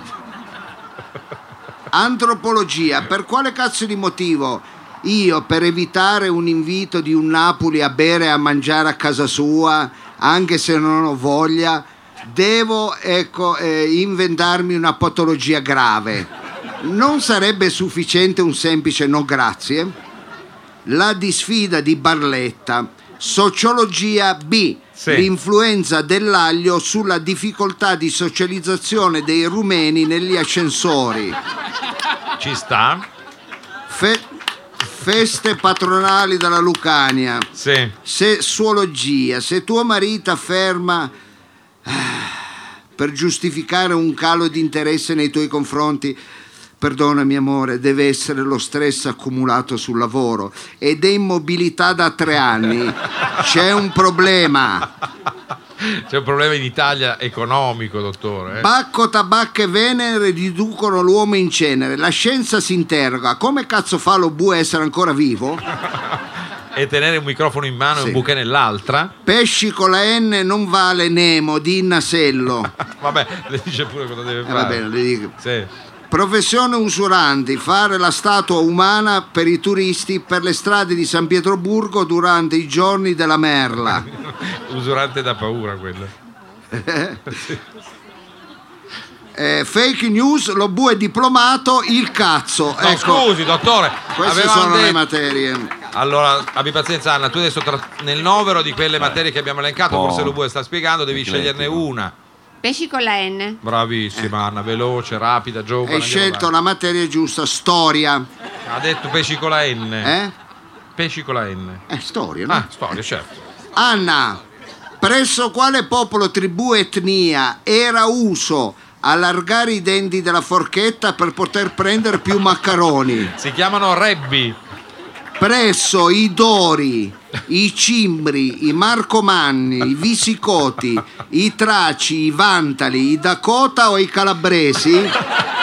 Antropologia, per quale cazzo di motivo io, per evitare un invito di un Napoli a bere e a mangiare a casa sua, anche se non ho voglia, devo inventarmi una patologia grave? Non sarebbe sufficiente un semplice no grazie? La disfida di Barletta. Sociologia B. Sì. L'influenza dell'aglio sulla difficoltà di socializzazione dei rumeni negli ascensori. Ci sta? Feste patronali della Lucania. Sì. Sessuologia. Se tuo marito afferma per giustificare un calo di interesse nei tuoi confronti, perdonami amore, deve essere lo stress accumulato sul lavoro ed è in mobilità da 3 anni, c'è un problema. C'è un problema in Italia economico, dottore. Bacco, tabacco e Venere riducono l'uomo in cenere. La scienza si interroga: come cazzo fa lo bue a essere ancora vivo? E tenere un microfono in mano e Sì. un buche nell'altra. Pesci con la N non vale Nemo di Innasello. Vabbè, le dice pure cosa deve fare. Va bene, le dico. Sì. Professione usuranti: fare la statua umana per i turisti per le strade di San Pietroburgo durante i giorni della merla. Usurante da paura quello. Fake news: lo bue diplomato, il cazzo. No, Ecco, scusi, dottore. queste avevamo sono le detto- materie. Allora, abbi pazienza Anna, tu adesso nel novero di quelle materie che abbiamo elencato, Oh. forse lo bue sta spiegando, devi sceglierne una. Pesci con la N. Bravissima Anna, veloce, rapida, giovane. Hai andiamo scelto avanti. la materia giusta, storia. Ha detto pesci con la N. Eh? Pesci con la N. Storia, no? Ah, storia, certo. Anna, Presso quale popolo, tribù, etnia era uso allargare i denti della forchetta per poter prendere più maccheroni? Si chiamano rebbi. Presso i Dori, i Cimbri, i Marcomanni, i Visicoti, i Traci, i Vantali, i Dakota o i Calabresi? I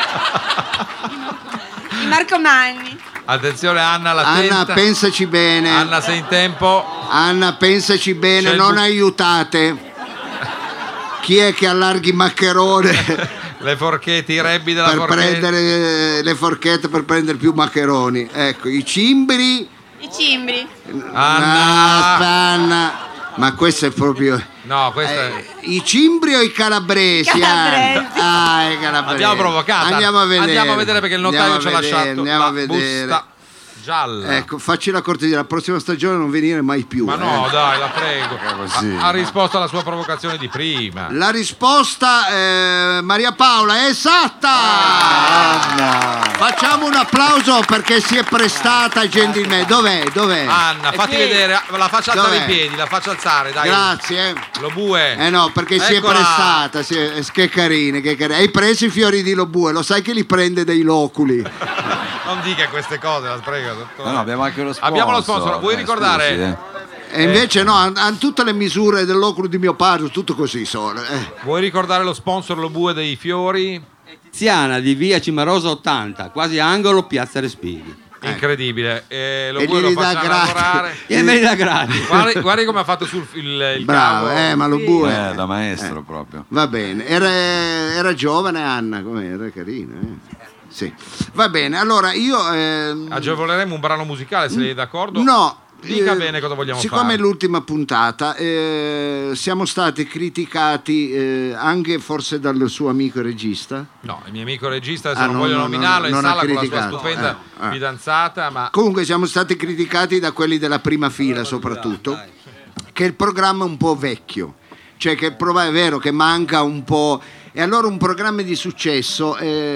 Marcomanni. Attenzione Anna, l'attenta. Anna, pensaci bene. Anna, sei in tempo. Anna, pensaci bene, C'è il non aiutate. Chi è che allarghi il maccherone Le forchette, i rebbi della per forchetta. prendere le forchette per prendere più maccheroni? Ecco, i Cimbri. I Cimbri. Anna. Anna. Ma questo è proprio. No, questo è... I Cimbri o i Calabresi? I Calabresi. I Calabresi. Abbiamo provocato. Andiamo a vedere. Perché il notaio ci ha lasciato Andiamo la a vedere. busta gialla. Ecco, facci la cortesia, la prossima stagione non venire mai più. Ma no, dai, la prego. Così. Ha risposto alla sua provocazione di prima. La risposta, Maria Paola, è esatta! Facciamo un applauso perché si è prestata gentilmente. Dov'è? Anna, fatti vedere, la faccia alzare Dov'è? i piedi, la faccia alzare, dai. Grazie. Lo bue. No, perché si è Eccola. prestata. Che carine, che carine. Hai preso i fiori di Lobue, lo sai che li prende dei loculi. Non dica queste cose, la prego. dottore. No, abbiamo anche lo sponsor. Abbiamo lo sponsor, vuoi ricordare? scusi, E invece no, hanno tutte le misure dell'oculo di mio padre, tutto così sono. Vuoi ricordare lo sponsor Lo Bue dei fiori? Tiziana di via Cimarosa 80, quasi angolo Piazza Respighi. Incredibile. Lo E Bue lo glieli dà facciamo gratis. lavorare. E me li dà gratis. Guardi come ha fatto sul il Bravo, cavo. ma Lobue. da maestro proprio. Va bene, era giovane Anna, com'era carina. Sì. Va bene, allora io Agevoleremo un brano musicale, se lei è d'accordo? no, Dica bene cosa vogliamo siccome fare. è l'ultima puntata, siamo stati criticati anche forse dal suo amico regista. No, il mio amico regista, adesso non no, voglio no, nominarlo, non in ha sala con la sua criticato. stupenda fidanzata, ma Comunque siamo stati criticati da quelli della prima fila soprattutto, che il programma è un po' vecchio, cioè che è vero che manca un po', e allora un programma di successo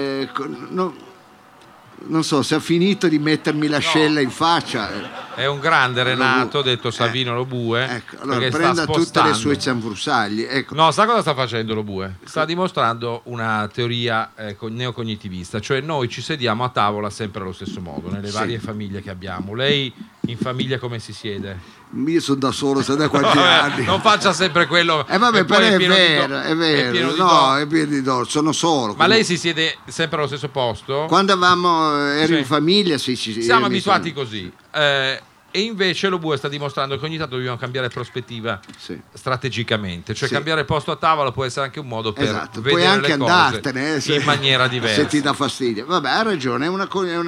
non so se ha finito di mettermi l'ascella in faccia. è un grande Renato, detto Savino Lo Bue, Ecco, allora perché prenda sta tutte le spostando. sue cianfrusaglie. Ecco. No, sa cosa sta facendo Lo Bue? Sta dimostrando una teoria neocognitivista, cioè noi ci sediamo a tavola sempre allo stesso modo, nelle varie famiglie che abbiamo. Lei in famiglia come si siede? Io sono da solo, sai da quanti anni. Non faccia sempre quello. Vabbè, e poi però è pieno di vero, do- è vero. pieno di No, do- è pieno di do, sono solo. Ma lei si siede sempre allo stesso posto? Quando ero Sì. in famiglia, sì. Siamo abituati così. E invece Lo Bue sta dimostrando che ogni tanto dobbiamo cambiare prospettiva Sì. strategicamente, cioè Sì. cambiare posto a tavola può essere anche un modo per Esatto, vedere puoi anche le cose andartene in maniera diversa. se ti dà fastidio. Vabbè, ha ragione, è una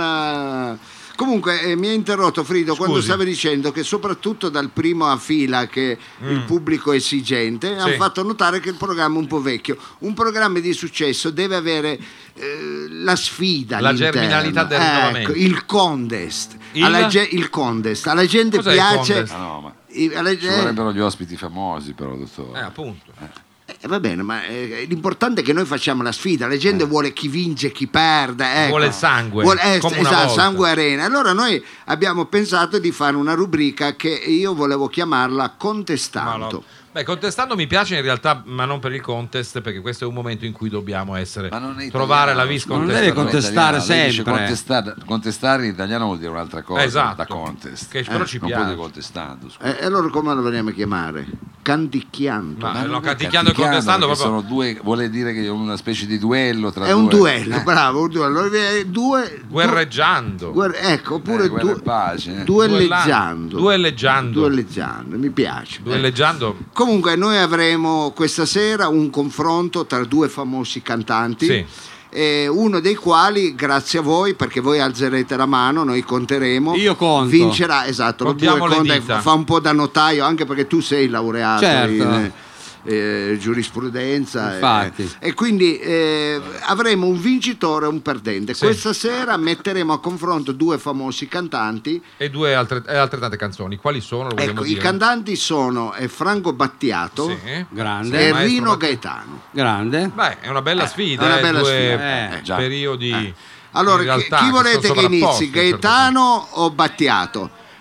comunque mi ha interrotto Frido quando stavi dicendo che soprattutto dal primo a fila che il pubblico è esigente hanno fatto notare che il programma è un po' vecchio. Un programma di successo deve avere la sfida, La all'interno. germinalità del rinnovamento. Il contest. Il? Il contest alla gente Cos'è il piace contest? No, ma alla ci gente- vorrebbero gli ospiti famosi però, dottore. Appunto. Va bene, ma l'importante è che noi facciamo la sfida, la gente vuole chi vince, chi perde. Ecco. Vuole il sangue, come una esatto, volta. sangue arena. Allora noi abbiamo pensato di fare una rubrica che io volevo chiamarla Contestando. Beh, contestando mi piace in realtà, ma non per il contest, perché questo è un momento in cui dobbiamo essere Ma non è trovare italiano, la vis non contestata. deve contestare Lei dice sempre. contestare in italiano vuol dire un'altra cosa Esatto. da contest. Che però ci non piace. può dire contestando, scusa. E allora come lo vogliamo chiamare? Canticchiando. Ma non no, è canticchiando e contestando perché proprio. sono due, vuole dire che è una specie di duello tra È un due. duello, bravo, un duello. Guerreggiando. Ecco, oppure guerra e pace. duelleggiando. Duelleggiando. Mi piace. Duelleggiando. Comunque noi avremo questa sera un confronto tra due famosi cantanti. Sì. Uno dei quali, grazie a voi, perché voi alzerete la mano, noi conteremo. Io conto. Vincerà, esatto. Contiamo le conta, dita. fa un po' da notaio, anche perché tu sei laureato Certo. in giurisprudenza. Infatti. E quindi avremo un vincitore e un perdente. Sì. Questa sera metteremo a confronto due famosi cantanti. E due altrettante canzoni. Quali sono? Lo vogliamo Ecco, i dire? cantanti sono Franco Battiato Sì. Grande, e maestro Rino Battiato. Gaetano. grande. Beh, è una bella sfida. è una bella due sfida. Già. periodi. Allora, in realtà, chi che volete sono che inizi? sovrapposti, a un certo Gaetano o Battiato?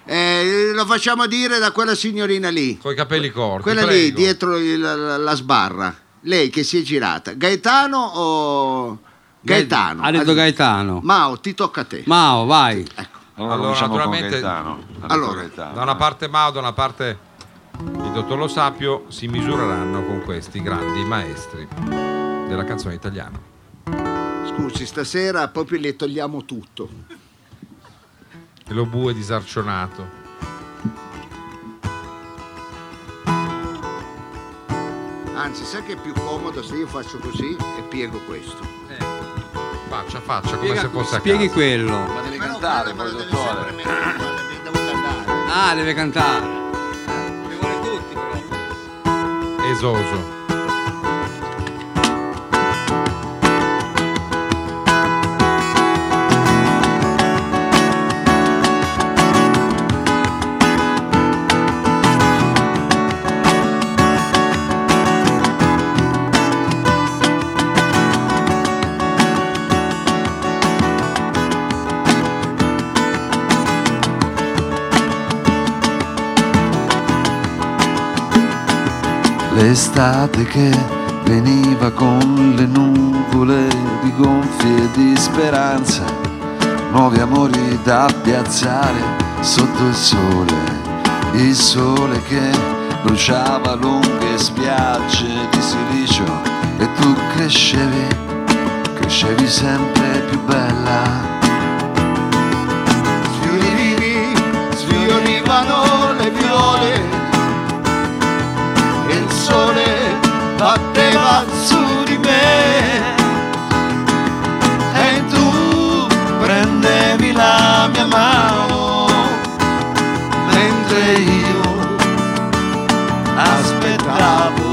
Lo facciamo dire da quella signorina lì. Con i capelli corti. Quella prego. lì, dietro la sbarra. Lei che si è girata. Gaetano o... Gaetano. Ha detto Gaetano. Mao, ti tocca a te. Mao, vai. Ecco. Allora, Allora, cominciamo con naturalmente- Gaetano. Allora, Gaetano. Da una parte Mao, da una parte il dottor Lo Sapio si misureranno con questi grandi maestri della canzone italiana. Scusi, stasera proprio le togliamo tutto. E lo bue disarcionato. Anzi, sai che è più comodo se io faccio così e piego questo. Faccia, come se fosse a Spieghi casa. quello. Ma devi Però cantare quello poi, me lo deve sempre dottore. mettere qua, devo cantare. Ah, deve cantare. Li vuole tutti però. Esoso. L'estate che veniva con le nuvole rigonfie di speranza, nuovi amori da piazzare sotto il sole che bruciava lunghe spiagge di silicio e tu crescevi sempre più bella. Sfiorivano le viole e il sole batteva su di me e tu prendevi la mia mano mentre io aspettavo.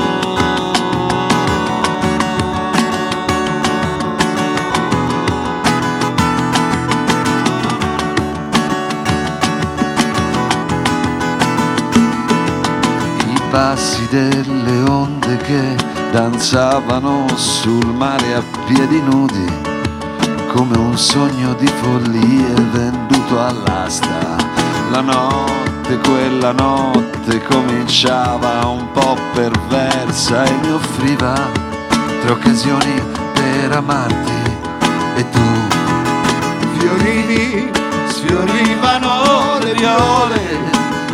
I passi delle onde che danzavano sul mare a piedi nudi, come un sogno di follie venduto all'asta. La notte, quella notte cominciava un po' perversa e mi offriva 3 occasioni per amarti e tu Sfiorivano le viole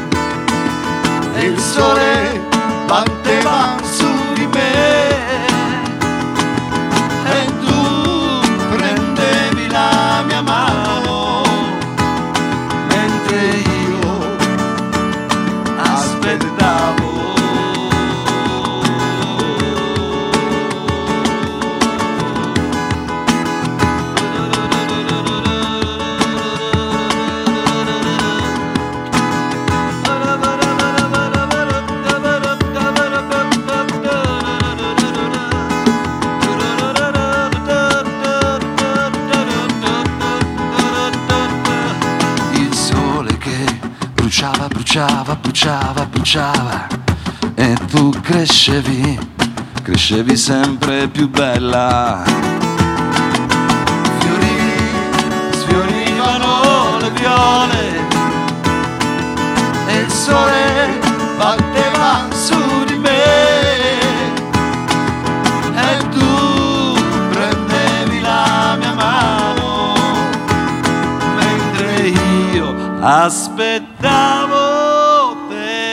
e il sole batteva su di me e tu prendevi la mia mano mentre io aspettavo. il sole che bruciava e tu crescevi sempre più bella. Sfiorivano le viole e il sole batteva su di me e tu prendevi la mia mano mentre io aspettavo te.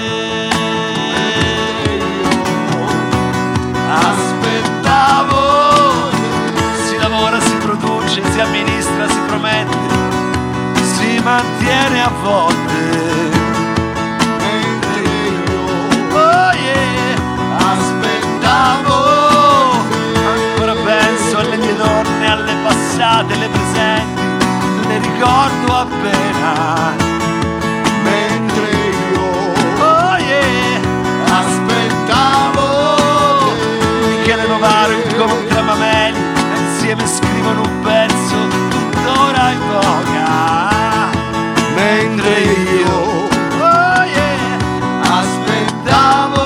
Aspettavo te. Si lavora, si produce, si amministra, si promette, si mantiene a volte. Mentre io, oh yeah, aspettavo te. Ancora penso alle mie donne, alle passate, alle presenti, le ricordo appena. Mentre io, oh yeah, aspettavo te. Michele Novaro incontra Mameli e insieme scrivono un pezzo tuttora in voga. Mentre io, oh yeah, aspettavo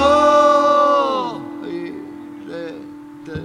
te.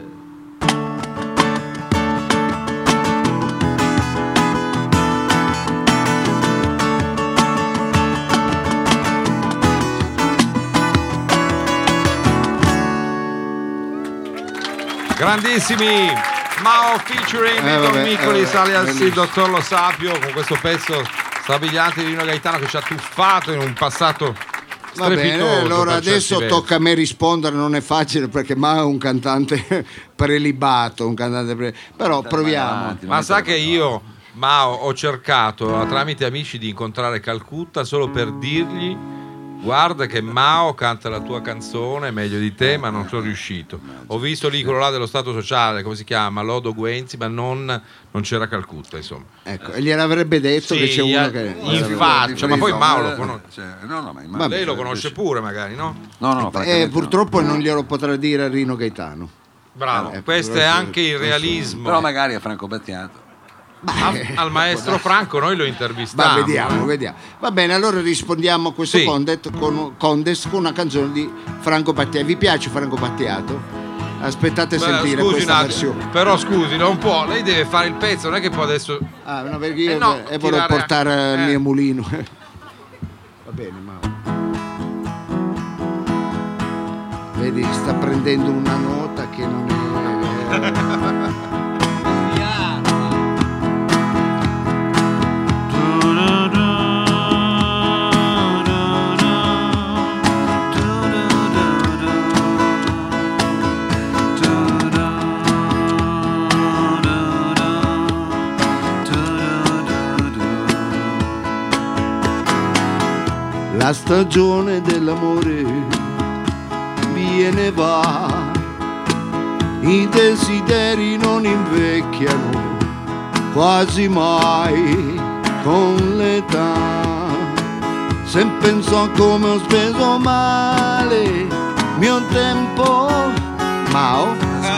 Grandissimi Mao featuring Milton Micolis alias il dottor Lo Sapio, con questo pezzo strabiliante di Rino Gaetano che ci ha tuffato in un passato Va bene, strepitoso. allora per certi adesso versi. tocca a me rispondere, non è facile perché Mao è un cantante prelibato, però proviamo. Ma sa che io, Mao, ho cercato tramite amici di incontrare Calcutta solo per dirgli: guarda che Mao canta la tua canzone meglio di te, ma non sono riuscito. Ho visto lì quello là dello Stato Sociale, come si chiama, Lodo Guenzi, ma non c'era Calcutta, insomma. Ecco, e gliel'avrebbe detto che c'è uno che... in faccia, ma poi Mao lo conosce. Ma Lei lo conosce pure magari, no? No, francamente purtroppo non glielo potrà dire a Rino Gaetano. Bravo, questo è anche il realismo. Però magari a Franco Battiato. Al maestro Franco noi lo intervistiamo. Ma vediamo. Va bene, allora rispondiamo a questo Sì. contest con una canzone di Franco Battiato. Vi piace Franco Battiato? Aspettate a Beh, sentire scusi questa un attimo, versione. però scusi, non può, lei deve fare il pezzo, non è che può adesso. Ah, no, perché io no, volevo tirare- portare il mio mulino. Va bene, ma vedi, sta prendendo una nota che non è. La stagione dell'amore viene e va, i desideri non invecchiano quasi mai con l'età. Se penso a come ho speso male mio tempo, Mao.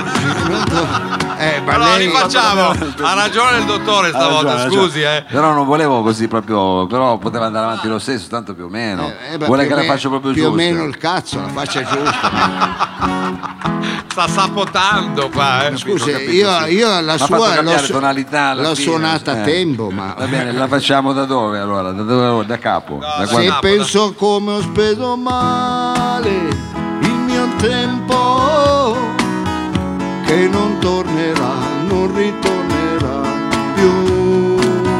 Ma Allora lei- rifacciamo, ha ragione il dottore stavolta, scusi Però non volevo così proprio, però poteva andare avuti lo stesso, tanto più o meno. beh, Vuole più che o la faccia proprio più giusta. o meno il cazzo, la faccia giusta. sta sabotando qua. Scusi, capito, io la Ma ha sua fatto cambiare l'ho, tonalità alla l'ho fine, suonata a tempo, ma Va bene, la facciamo da dove allora? Da capo? Da se quando- penso a come ho speso male il mio tempo, che non tornerà, non ritornerà più.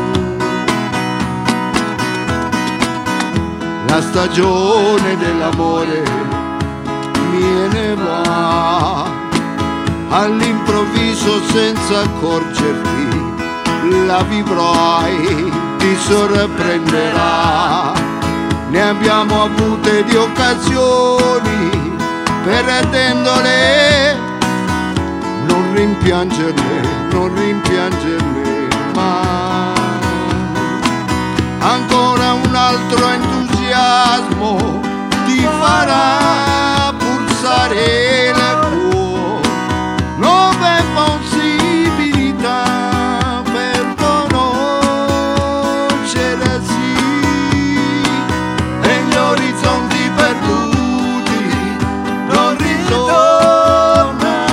La stagione dell'amore viene e va, all'improvviso senza accorgerti la vivrai, ti sorprenderà. Ne abbiamo avute di occasioni, perdendole, non rimpiangerle mai. Ancora un altro entusiasmo ti farà pulsare il cuore, nuove possibilità per conoscersi e gli orizzonti perduti non ritornano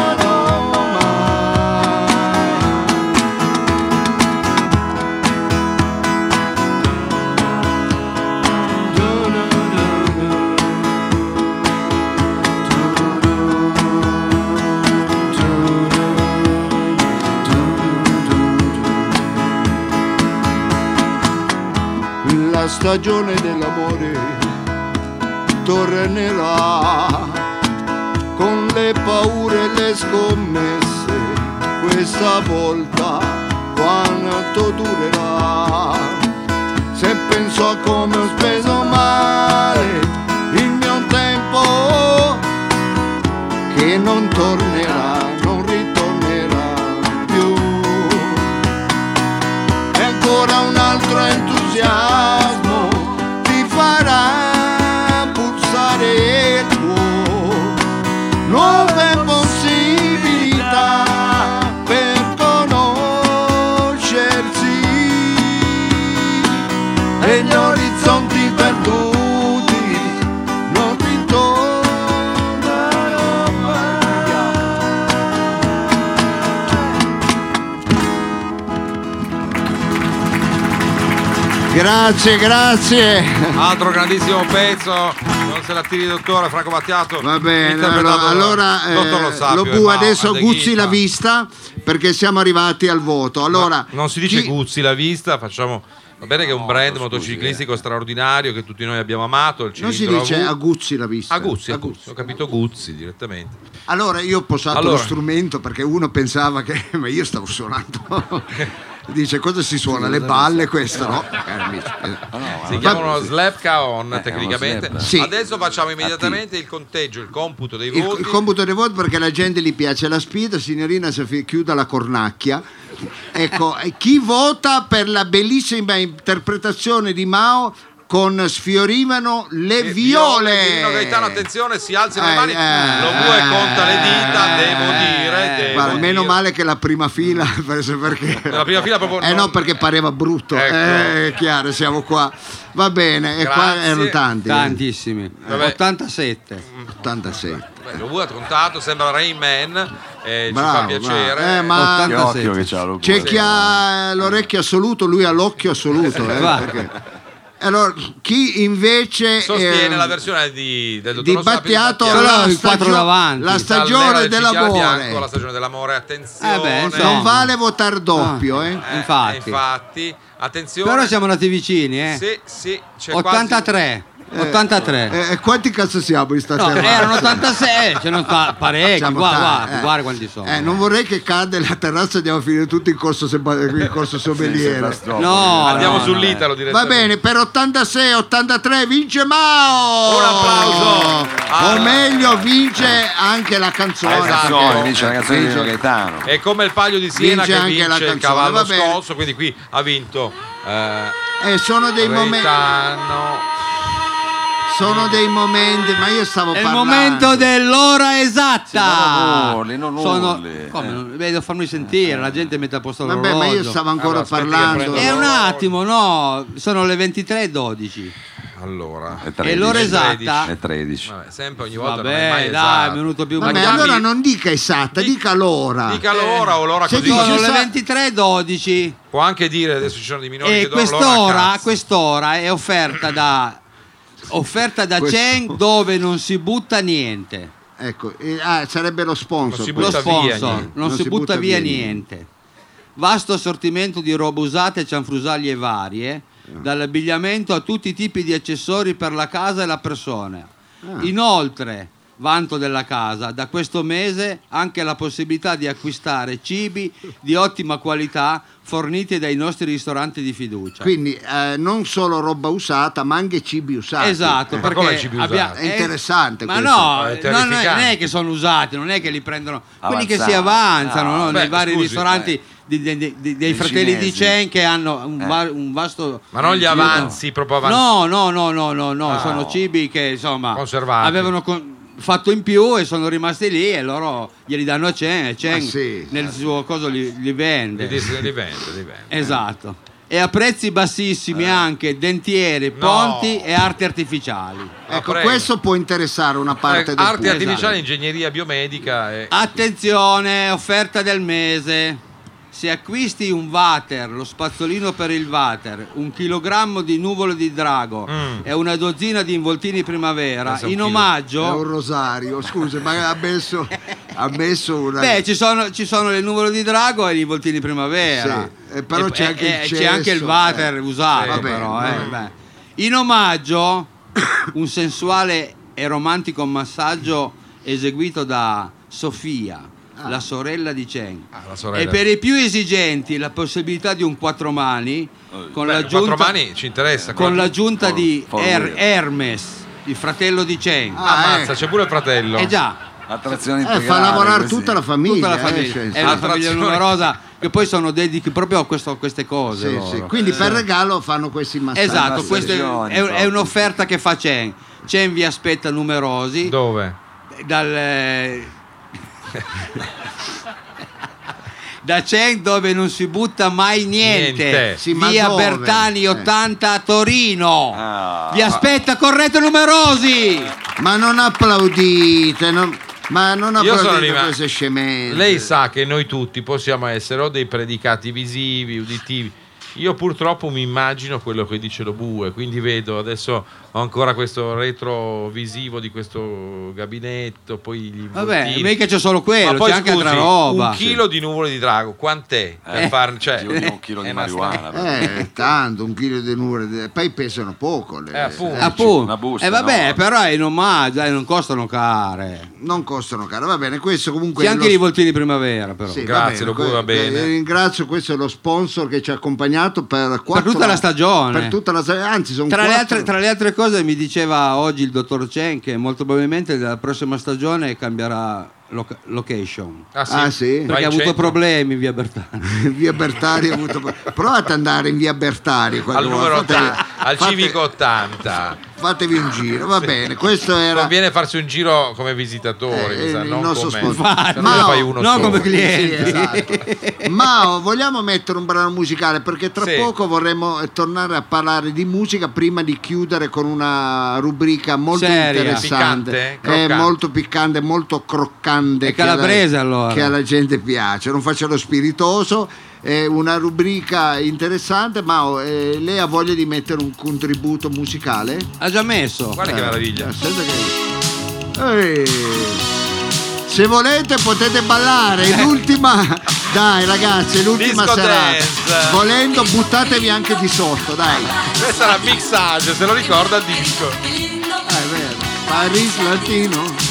mai. La stagione dell'amore tornerà con le paure e le scommesse, questa volta quanto durerà. Se penso a come ho speso male il mio tempo, che non tornerà, non ritornerà più. E ancora un altro entusiasmo ti farà pulsare il cuore, nuove possibilità per conoscersi e gli orizzonti perduti non ritornano mai. Grazie. Altro grandissimo pezzo Non se la tiri, dottore Franco Battiato. Va bene, interpretato allora dal dottor Lo Sapio lo e Bu Mao adesso Adeghipa. guzzi la vista perché siamo arrivati al voto. Allora, Non si dice chi- Guzzi la vista, facciamo. Va bene che è un brand motociclistico straordinario che tutti noi abbiamo amato. Il non si cilindro dice AV. aguzzi la vista. Aguzzi, Aguzzi. ho capito Guzzi direttamente. Allora io ho posato Allora. lo strumento perché uno pensava che ma io stavo suonando. Dice cosa si suona? Le balle questo no? Amici. Si chiamano slap caon uno tecnicamente. slap. Sì. Adesso facciamo immediatamente il conteggio, il computo dei voti. Il computo dei voti perché alla gente gli piace la sfida, signorina Sofia chiuda la cornacchia. Ecco, e chi vota per la bellissima interpretazione di Mao con sfiorivano le viole? Nino Gaetano, attenzione, si alzano le mani. Eh, Lo bue conta le dita, devo dire. Guarda, meno male che la prima fila perché La prima fila proprio non- no, perché pareva brutto. Ecco. È chiaro, siamo qua. Va bene, e qua Grazie. erano tanti. Tantissimi. Vabbè. 87. 86. Beh, lo bue ha contato, sembra Rain Man, ci Bravo, fa piacere. bravo. Ma Che occhio che c'ha lo c'è Bu. chi ha l'orecchio assoluto, lui ha l'occhio assoluto. Va. Perché... Allora, chi invece Sostiene la versione del dottor di Lo Sapio Battiato Solo la, il quattro davanti. la Tallera stagione del cinghiale dell'amore. bianco, la stagione dell'amore, attenzione. Beh, insomma. Non vale votare doppio, Infatti. attenzione. Però siamo andati vicini, eh. Sì, c'è 83. 83. Quanti cazzo siamo in sta No, terrazza? erano 86, ce ne sono parecchi. Siamo Guarda, tanti, guarda quanti sono. non vorrei che cade la terrazza e andiamo a finire tutti in corso, in corso sommeliere. No, Andiamo no, sull'Italo Va direttamente. bene, per 86-83 vince Mao! Un applauso! O meglio, vince anche la canzone. Esatto. perché- Vince la canzone di Nino Gaetano. È come il Palio di Siena Vince che anche la vince il canzone, cavallo va bene. scosso, quindi qui ha vinto Sono dei momenti. Gaetano. Sono dei momenti, ma io stavo È il parlando. momento dell'ora esatta. non urli, non Sono... urli. Come? Devo farmi sentire, la gente mette a posto Vabbè, l'orologio. ma io stavo ancora Allora, aspetti che parlando. prendo- È un attimo, no, sono le 23:12. Allora, È 13. E l'ora 13. esatta? È 13. vabbè, sempre ogni volta non è Vabbè, mai dai, esatto. è venuto più Vabbè, Ma bravo. allora non dica esatta, dica l'ora. Dica l'ora o l'ora Se così. dici- Sono le sa- 23:12 Può anche dire, adesso ci sono dei minori e che donano l'ora a quest'ora, cazzo. quest'ora è offerta da Questo- dove non si butta niente. Ecco, sarebbe lo sponsor. Non si Lo butta questo. via sponsor, niente. non si butta via niente. Vasto assortimento di robe usate e cianfrusaglie varie, dall'abbigliamento a tutti i tipi di accessori per la casa e la persona. Inoltre, vanto della casa, da questo mese anche la possibilità di acquistare cibi di ottima qualità forniti dai nostri ristoranti di fiducia. Quindi non solo roba usata, ma anche cibi usati. Esatto, Ma come perché cibi abbia- usati? È interessante ma questo. no, È non terrificante. è che sono usati, non è che li prendono quelli che si Avanzati. avanzano no, Beh, nei vari scusi, ristoranti dei fratelli di cinesi. Chen che hanno un vasto Ma non gli avanzi, proprio avanzi. no, Ah. sono cibi che insomma Conservati. avevano fatto in più e sono rimasti lì e loro glieli danno a Chen e Chen sì. nel suo coso li vende. Li vende. Esatto. E a prezzi bassissimi anche dentiere, No. ponti e arti artificiali. Ecco, prego. questo può interessare una parte del Arti pubblico. artificiali, ingegneria biomedica e... Attenzione, offerta del mese. Se acquisti un water, lo spazzolino per il water, 1 chilogrammo di nuvole di drago e una dozzina di involtini primavera, Pensa un in chilo. È un omaggio... rosario, scusa, ma ha messo una. Beh, ci sono le nuvole di drago e gli involtini primavera. Sì, però c'è anche il c'è anche il cesso, water usato, Sì, va bene, però. va bene. Beh. In omaggio, un sensuale e romantico massaggio eseguito da Sofia, la sorella di Chen. la sorella. E per i più esigenti la possibilità di un quattro mani con Beh, l'aggiunta, quattro mani ci interessa. con l'aggiunta For- di for real. Hermes, il fratello di Chen. Ammazza, c'è pure il fratello. Eh già, Attrazione integrale. fa lavorare così. tutta la famiglia. tutta la famiglia. cioè, È una Attrazione. famiglia numerosa che poi sono dedichi proprio a queste cose. sì, loro. sì. Quindi per regalo fanno questi massaggi. Esatto, questa stagioni, è proprio. un'offerta che fa Chen. Chen vi aspetta numerosi. Dove? Da Chen dove non si butta mai niente. Niente. Sì, ma Via dove? Bertani 80 a Torino. Ah. Vi aspetta, correte numerosi. Ma non applaudite, ma non Io sono applaudite rimasto- queste scemenze. Lei sa che noi tutti possiamo essere o dei predicati visivi, uditivi, Io purtroppo mi immagino quello che dice lo Bue, quindi vedo adesso ho ancora questo retrovisivo di questo gabinetto, poi gli Vabbè, involtini. mica c'è solo quello, Ma poi c'è anche scusi, altra roba. un chilo di nuvole di drago, quant'è? Per far, cioè, Più di un chilo di una marijuana. Tanto, un chilo di nuvole, poi pesano poco. appunto. Appunto. Una busta, vabbè, no? però è in omaggio, non costano care. Non costano caro, va bene, questo comunque C'è è anche lo- i voltini primavera, però. Sì, Grazie, lo va bene. Ringrazio, questo è lo sponsor che ci ha accompagnato per tutta la stagione. Per tutta la stagione, anzi sono Tra quattro. le altre cose mi diceva oggi il dottor Chen che molto probabilmente la prossima stagione cambierà location. Ah, sì? Va Perché in ha avuto centro. problemi via Bertani. Via Bertari ha avuto... Provate ad andare in via Bertari Al numero 80, al civico 80. fatevi un giro, va bene, questo era Conviene farsi un giro come visitatori, mi sa, il non nostro come, sponsor. se no ne Mao, fai uno non solo. come clienti. Sì, esatto. Ma vogliamo mettere un brano musicale perché tra Sì. poco vorremmo tornare a parlare di musica prima di chiudere con una rubrica molto Seria. interessante, Piccante? Croccante. molto piccante, molto croccante, È calabrese, allora. che alla gente piace, non faccia lo spiritoso. È una rubrica interessante, ma lei ha voglia di mettere un contributo musicale? Ha già messo. Guarda che meraviglia. Senta che... Se volete potete ballare, è l'ultima, dai ragazzi, è l'ultima Disco serata. dance. Volendo buttatevi anche di sotto, dai. Questa è la mixage, se lo ricorda il disco. È vero. Paris Latino.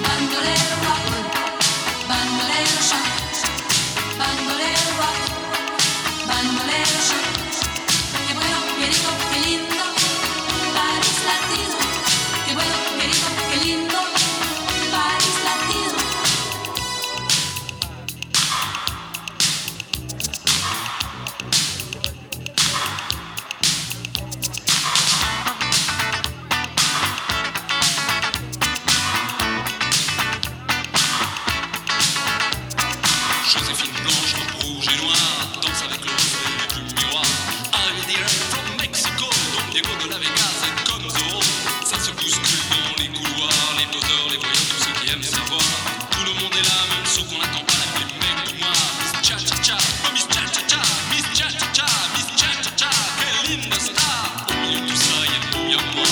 Joséphine blanche, rouge et noire, danse avec le reflet du miroir. Arrivé direct from Mexico, Don Diego de la Vegas est comme Zorro. Ça se bouscule dans les couloirs, les poseurs, les voyants, tous ceux qui aiment savoir. Tout le monde est là, même ceux qu'on n'attend pas, les mecs de moi. Miss Cha-Cha-Cha, oh Miss Cha-Cha-Cha, Miss Cha-Cha-Cha, Miss Cha-Cha-Cha, quelle linda star. Au milieu de tout ça, y'a vous, y'a moi,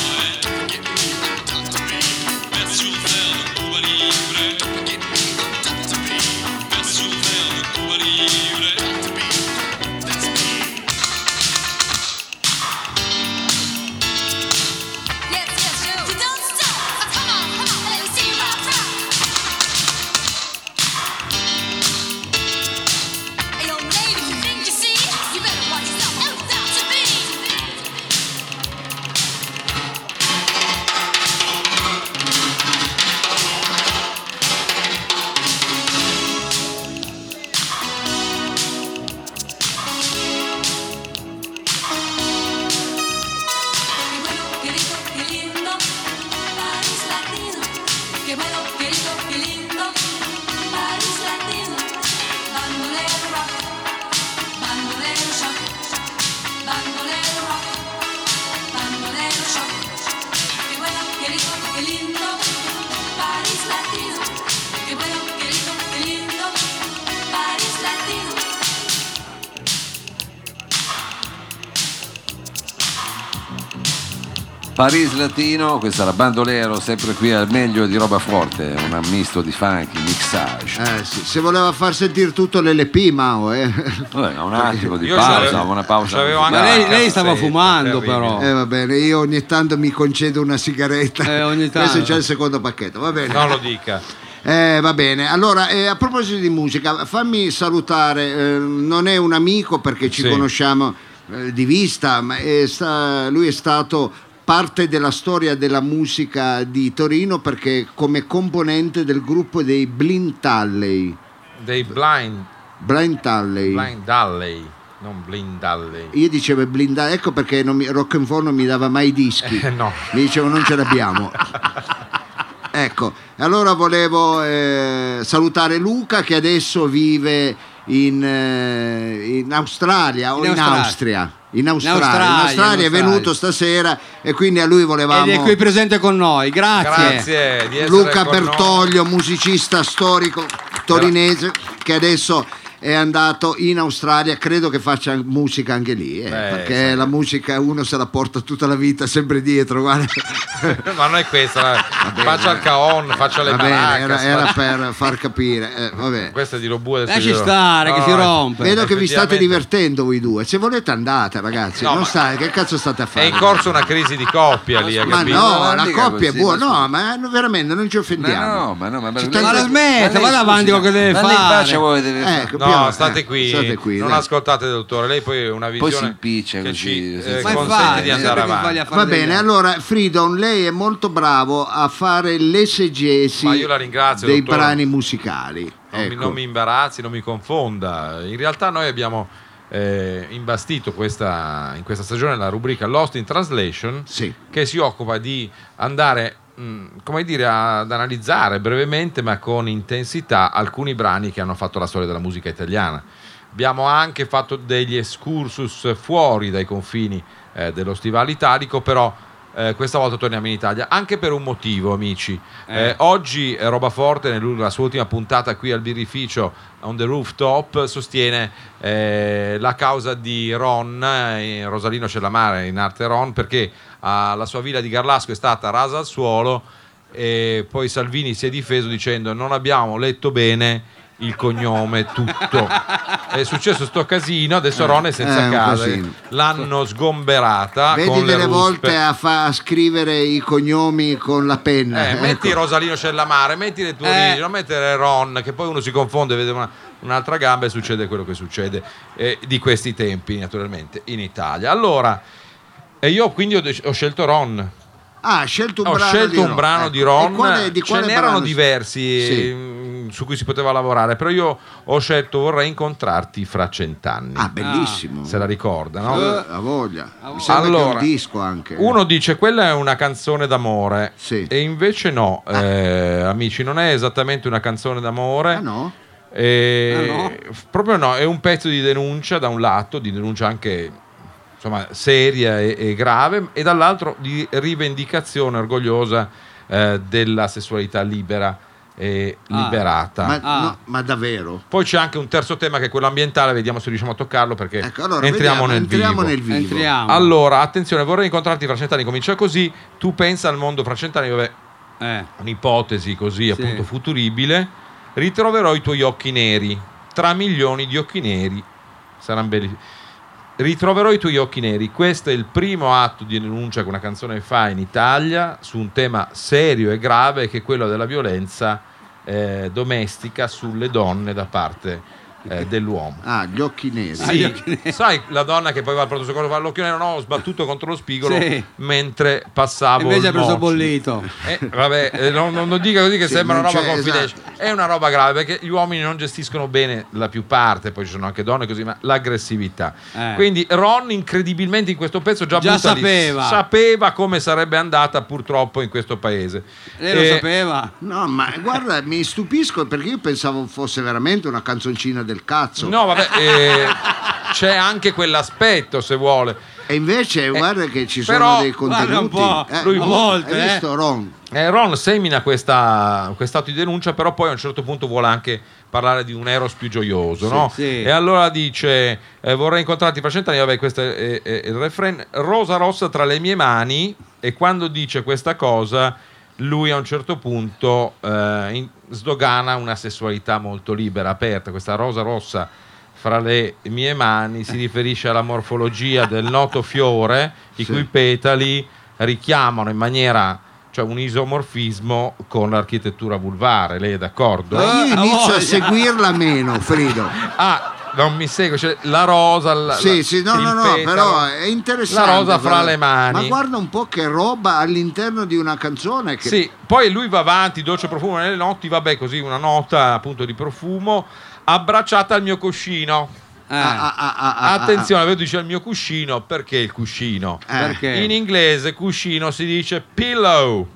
Vers sur terre de Cuba Libre. Vers sur terre de Cuba Libre. Yes, yes, you don't stop. Come on, let me see you rock, rock. Hey, young lady, you think you see? You better watch yourself. No doubt to be. Qué bueno, qué rico, qué lindo, Paris Latino. Qué bueno, qué rico, qué lindo, Paris Latino. Bandolero rock, bandolero shock, bandolero rock, bandolero shock. Qué bueno, qué rico, qué lindo, Paris Latino. Qué bueno, qué rico, qué lindo, Paris Latino. Paris Latino, questa è la Bandolero, sempre qui al meglio di roba forte, un misto di funky, mixage. Sì. Se voleva far sentire tutto l'LP, Mao, Vabbè, un attimo di Io pausa, c'avevo- una pausa. c'avevo anche Ma musicale. lei stava cassetta, fumando, terribile. però. Va bene, io ogni tanto mi concedo una sigaretta. Ogni tanto. Questo c'è il secondo pacchetto, va bene. Non lo dica. Va bene, allora a proposito di musica, fammi salutare, non è un amico perché ci Sì. conosciamo di vista, ma lui è stato parte della storia della musica di Torino perché come componente del gruppo dei Blind Alley. Dei Blind Alley. non Blind Alley. Io dicevo Blind Alley, ecco perché Rock and Roll non mi dava mai i dischi. No. Mi dicevo non ce l'abbiamo. Ecco, allora volevo salutare Luca che adesso vive in Australia o in Austria. In Australia è venuto stasera e quindi a lui volevamo... Ed è qui presente con noi, grazie. Di essere Luca con noi. Bertoglio, musicista storico torinese che adesso è andato in Australia, credo che faccia musica anche lì, perché sì. la musica uno se la porta tutta la vita sempre dietro, guarda. Ma non è questa, faccia il caon, faccia le Va bene, maracas, era per far capire, vabbè. questa è di Robù, adesso Lasci glielo- stare che No, si no, rompe. Vedo che vi state effettivamente- divertendo voi due, se volete andate ragazzi, No, non ma- state, che cazzo state a È fare? in corso una crisi di coppia lì, hai Ma capito? no, Non la dica coppia è così, buona, ma no, ma veramente non ci offendiamo. Ma Ci lei- tengo- Ma la smetta, lei, vada avanti con che deve ma lei fare. faccia voi deve fare. Ecco, No, piano, state qui, non dai. ascoltate dottore, lei poi è una Poi visione si impiccia che così, ci senza- Ma consente infatti, di andare sempre che sbaglia a avanti. fare Va degli bene, altri. allora Fridon, lei è molto bravo a fare l'esegesi Ma io la ringrazio, dei dottore. brani musicali. Non Ecco. mi imbarazzi, non mi confonda. In realtà noi abbiamo imbastito in questa stagione la rubrica Lost in Translation, Sì. che si occupa di andare come dire, ad analizzare brevemente ma con intensità alcuni brani che hanno fatto la storia della musica italiana. Abbiamo anche fatto degli excursus fuori dai confini dello Stivale Italico, però questa volta torniamo in Italia anche per un motivo, amici. Oggi Roba Forte, nella sua ultima puntata qui al birrificio On the Rooftop, sostiene la causa di Ron, Rosalino Cellamare in arte Ron, perché la sua villa di Garlasco è stata rasa al suolo e poi Salvini si è difeso dicendo non abbiamo letto bene il cognome tutto. È successo sto casino, adesso Ron è senza un casa, casino. l'hanno sgomberata Vedi con le delle ruspe. volte a scrivere i cognomi con la penna. Metti ecco. Rosalino Cellamare, metti le tue origini, non mettere Ron, che poi uno si confonde, vede un'altra gamba e succede quello che succede di questi tempi, naturalmente, in Italia. Allora, e io quindi ho scelto Ron. Ah, ha scelto un Ho brano scelto di un Ron. brano Ecco. di Ron, E quale ce n'erano brano? diversi Sì. su cui si poteva lavorare, però io ho scelto Vorrei incontrarti fra 100 anni. Ah, bellissimo. Se la ricorda, no? Ha voglia. Mi sembra che è un disco anche. Uno dice quella è una canzone d'amore, Sì. e invece no, amici, non è esattamente una canzone d'amore. Ah, no? Proprio no, è un pezzo di denuncia da un lato, di denuncia anche insomma seria e grave, e dall'altro di rivendicazione orgogliosa della sessualità libera e liberata. Ma davvero? Poi c'è anche un terzo tema che è quello ambientale, vediamo se riusciamo a toccarlo perché Ecco, allora entriamo vediamo, nel vivo. Entriamo. Allora, attenzione, vorrei incontrarti fra 100 anni, comincia così, tu pensa al mondo fra 100 anni, vabbè, un'ipotesi così appunto futuribile, ritroverò i tuoi occhi neri, tra milioni di occhi neri, saranno belli. Ritroverò i tuoi occhi neri, questo è il primo atto di denuncia che una canzone fa in Italia su un tema serio e grave che è quello della violenza domestica sulle donne da parte dell'uomo. Ah, gli occhi neri. Sì, sai la donna che poi va al pronto soccorso fa l'occhio nero, no, ho sbattuto contro lo spigolo mentre passavo invece ha il preso mocio. bollito. Vabbè, non dica così che Sì, sembra una non roba c'è, confidential. esatto. È una roba grave perché gli uomini non gestiscono bene la più parte, poi ci sono anche donne così, ma l'aggressività. Quindi Ron incredibilmente in questo pezzo già butta lì. Sapeva come sarebbe andata purtroppo in questo paese. Lei lo sapeva? No, ma guarda, mi stupisco perché io pensavo fosse veramente una canzoncina del cazzo. No, vabbè, c'è anche quell'aspetto se vuole. E invece guarda che ci sono però, dei contenuti. un po', lui a volte, hai visto Ron? Ron semina quest'atto di denuncia, però poi a un certo punto vuole anche parlare di un Eros più gioioso, no? Sì. E allora dice vorrei incontrarti fra 100 anni, vabbè, questo è il refrain, rosa rossa tra le mie mani, e quando dice questa cosa lui a un certo punto sdogana una sessualità molto libera, aperta. Questa rosa rossa fra le mie mani si riferisce alla morfologia del noto fiore, i cui petali richiamano in maniera, cioè un isomorfismo con l'architettura vulvare. Lei è d'accordo? Ma io inizio a seguirla meno, Frido. Non mi segue, cioè la rosa, no, petalo, però è interessante. la rosa fra le mani. Ma guarda un po' che roba all'interno di una canzone che... Sì, poi lui va avanti, dolce profumo nelle notti, vabbè, così una nota appunto di profumo, abbracciata al mio cuscino. Attenzione, vedo dice il mio cuscino, perché il cuscino? Perché? In inglese cuscino si dice pillow.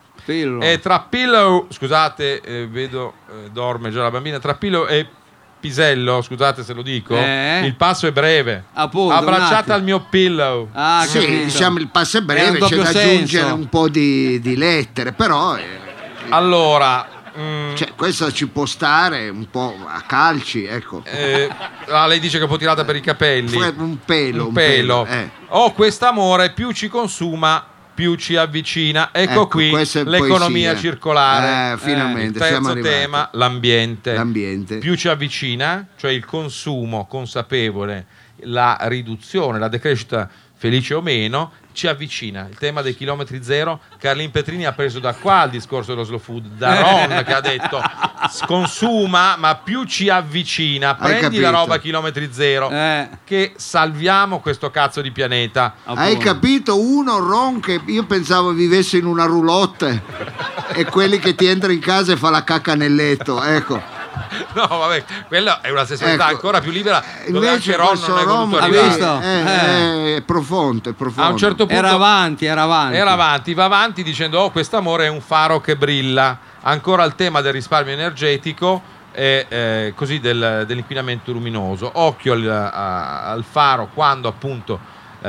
E tra pillow, scusate, vedo dorme già la bambina, tra pillow e pisello, scusate se lo dico, il passo è breve. Appunto, abbracciata al mio pillow. Sì, capito. diciamo il passo è breve, È un c'è doppio da senso. aggiungere un po' di lettere, però... Allora, Cioè, questa ci può stare un po' a calci, ecco. Lei dice che può tirata per i capelli. Un pelo. Oh, quest'amore più ci consuma, più ci avvicina. Ecco qui questa è l'economia poesia. circolare. Finalmente Il siamo terzo arrivati. tema, l'ambiente. L'ambiente. Più ci avvicina, cioè il consumo consapevole, la riduzione, la decrescita felice o meno, ci avvicina. Il tema dei chilometri zero, Carlin Petrini ha preso da qua il discorso dello slow food, da Ron che ha detto consuma ma più ci avvicina, prendi la roba chilometri zero che salviamo questo cazzo di pianeta. Hai capito? Uno Ron che io pensavo vivesse in una roulotte e quelli che ti entra in casa e fa la cacca nel letto, ecco. No, vabbè, quella è una sessualità ancora più libera, dove Invece anche Ron non è voluto arrivare. è profondo. A un certo punto era avanti. va avanti dicendo: oh, quest'amore è un faro che brilla. Ancora il tema del risparmio energetico e così dell'inquinamento luminoso. Occhio al faro quando appunto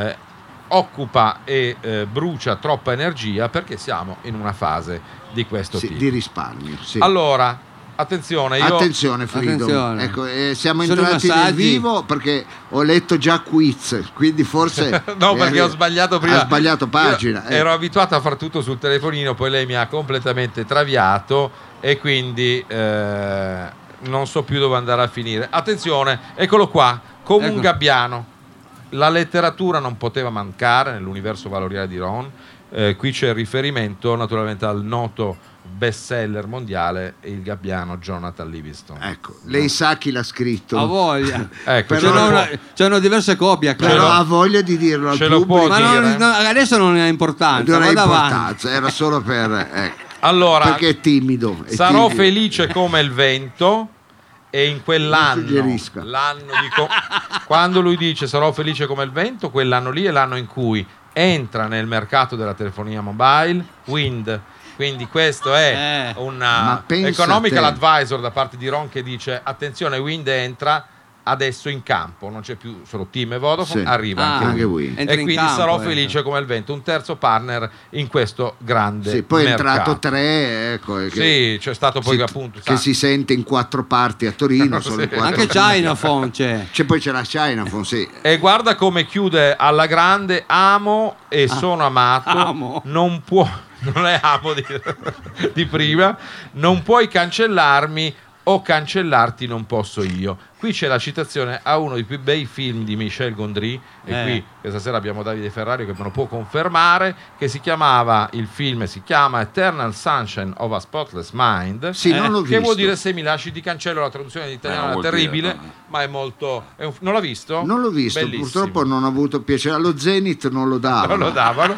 occupa e brucia troppa energia, perché siamo in una fase di questo tipo. Di risparmio, sì. Allora, attenzione, Freedom. Ecco, siamo entrati nel vivo perché ho letto già quiz, quindi forse no, perché ho sbagliato prima. Ha sbagliato pagina. Io ero abituato a far tutto sul telefonino, poi lei mi ha completamente traviato e quindi non so più dove andare a finire. Attenzione, eccolo qua, come un gabbiano. La letteratura non poteva mancare nell'universo valoriale di Ron. Qui c'è il riferimento naturalmente al noto bestseller mondiale Il gabbiano Jonathan Livingston. Ecco, lei sa chi l'ha scritto. Ha voglia. Ecco, c'erano diverse copie. Però ha voglia di dirlo al pubblico. Ma adesso non ha importanza. Non ha importanza, era solo per allora, perché è timido. Sarò felice come il vento. E in quell'anno, quando lui dice sarò felice come il vento, quell'anno lì è l'anno in cui entra nel mercato della telefonia mobile Wind. Quindi questo è una economical advisor da parte di Ron che dice attenzione, Wind entra adesso in campo, non c'è più solo Team e Vodafone, arriva anche Wind. E quindi sarò felice come il vento, un terzo partner in questo grande poi mercato. è entrato 3, ecco, sì, c'è stato poi appunto che si sente in 4 parti a Torino, solo in 4 anche Chinaphone poi c'è la Chinaphone, sì. E guarda come chiude alla grande: amo e sono amato, non è amo di prima, non puoi cancellarmi o cancellarti non posso io. Qui c'è la citazione a uno dei più bei film di Michel Gondry, e qui questa sera abbiamo Davide Ferrario che me lo può confermare, che si chiama Eternal Sunshine of a Spotless Mind, non l'ho che visto. vuol dire se mi lasci ti cancello. La traduzione in italiano è terribile, ma è molto... non l'ha visto? Non l'ho visto, bellissimo. Purtroppo non ho avuto piacere, allo Zenith non lo davano.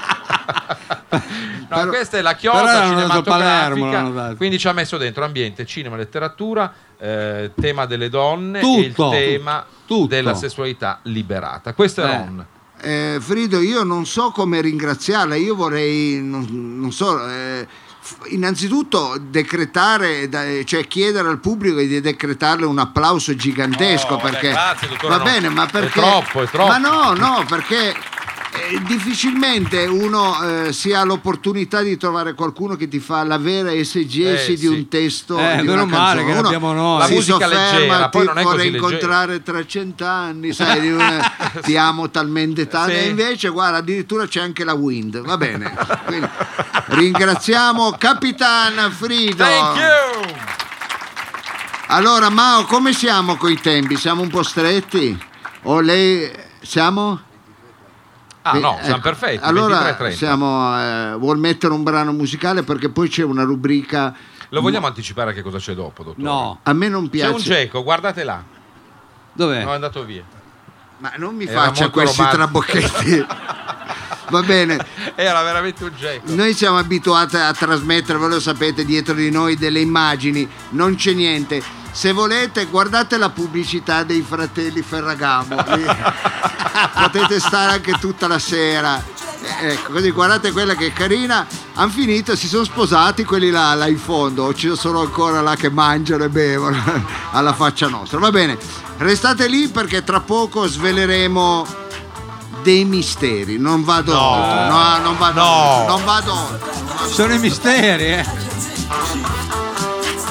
No, questa è la chiosa cinematografica, quindi ci ha messo dentro ambiente, cinema, letteratura, tema delle donne e il tema della sessualità liberata. Questo è Ron. Frido, io non so come ringraziarla, io vorrei non so, innanzitutto decretare, cioè chiedere al pubblico di decretarle un applauso gigantesco, perché grazie, dottore, va bene, ma perché è troppo. Ma no, perché difficilmente uno si ha l'opportunità di trovare qualcuno che ti fa la vera esegesi di un testo di meno una male canzone. che l'abbiamo noi. La si musica leggera, poi non è vorrei così incontrare tra 100 anni, sai, ti amo talmente tanto, e invece guarda, addirittura c'è anche la Wind, va bene. Quindi, ringraziamo Capitan Frido. Thank you. Allora Mao, come siamo coi tempi? Siamo un po' stretti? O lei siamo? No, siamo perfetti. Allora 23:30. vuol mettere un brano musicale, perché poi c'è una rubrica. Lo vogliamo anticipare che cosa c'è dopo, dottore? No. A me non piace. C'è un geco, guardate là. Dov'è? No, è andato via. Ma non mi Era faccia molto questi romantico. trabocchetti. Va bene. Era veramente un geco. Noi siamo abituati a trasmettere, voi lo sapete, dietro di noi delle immagini, non c'è niente. Se volete, guardate la pubblicità dei fratelli Ferragamo. Potete stare anche tutta la sera. Ecco, così guardate quella che è carina. Han finito, si sono sposati quelli là in fondo, o ci sono ancora là che mangiano e bevono alla faccia nostra. Va bene, restate lì perché tra poco sveleremo dei misteri. Non vado oltre. Non vado oltre. Sono i misteri,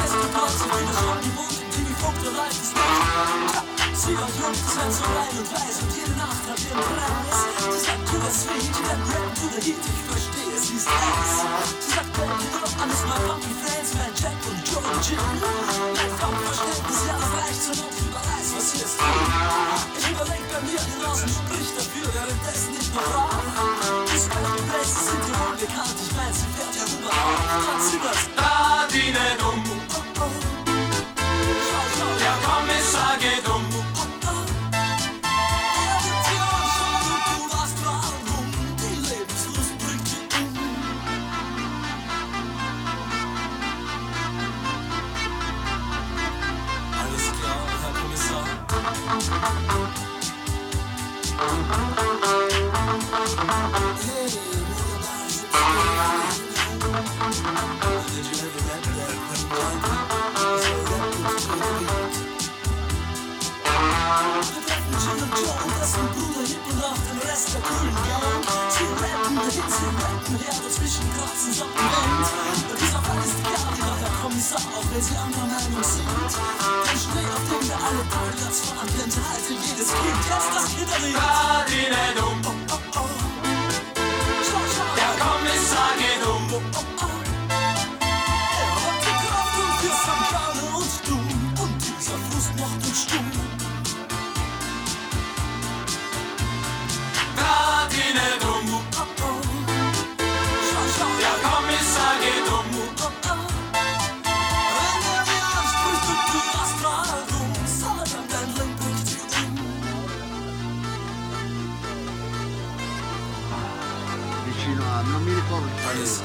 Vicino a... non mi ricordo il paese.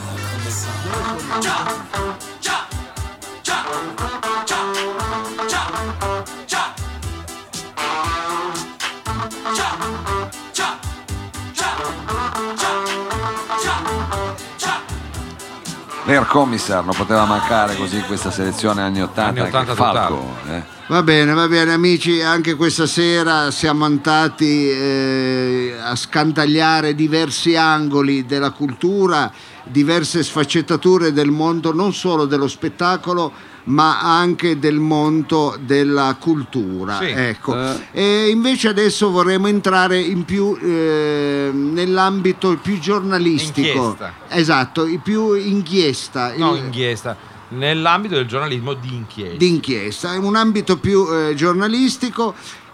L'Air Commissar non poteva mancare così in questa selezione anni 80, Anni 80 anche Falco. Va bene amici, anche questa sera siamo andati a scandagliare diversi angoli della cultura, diverse sfaccettature del mondo, non solo dello spettacolo ma anche del mondo della cultura. Sì. Ecco. E invece adesso vorremmo entrare in più nell'ambito più giornalistico. Inchiesta. Esatto, più inchiesta. Inchiesta. Nell'ambito del giornalismo di inchiesta. Di inchiesta, è un ambito più giornalistico.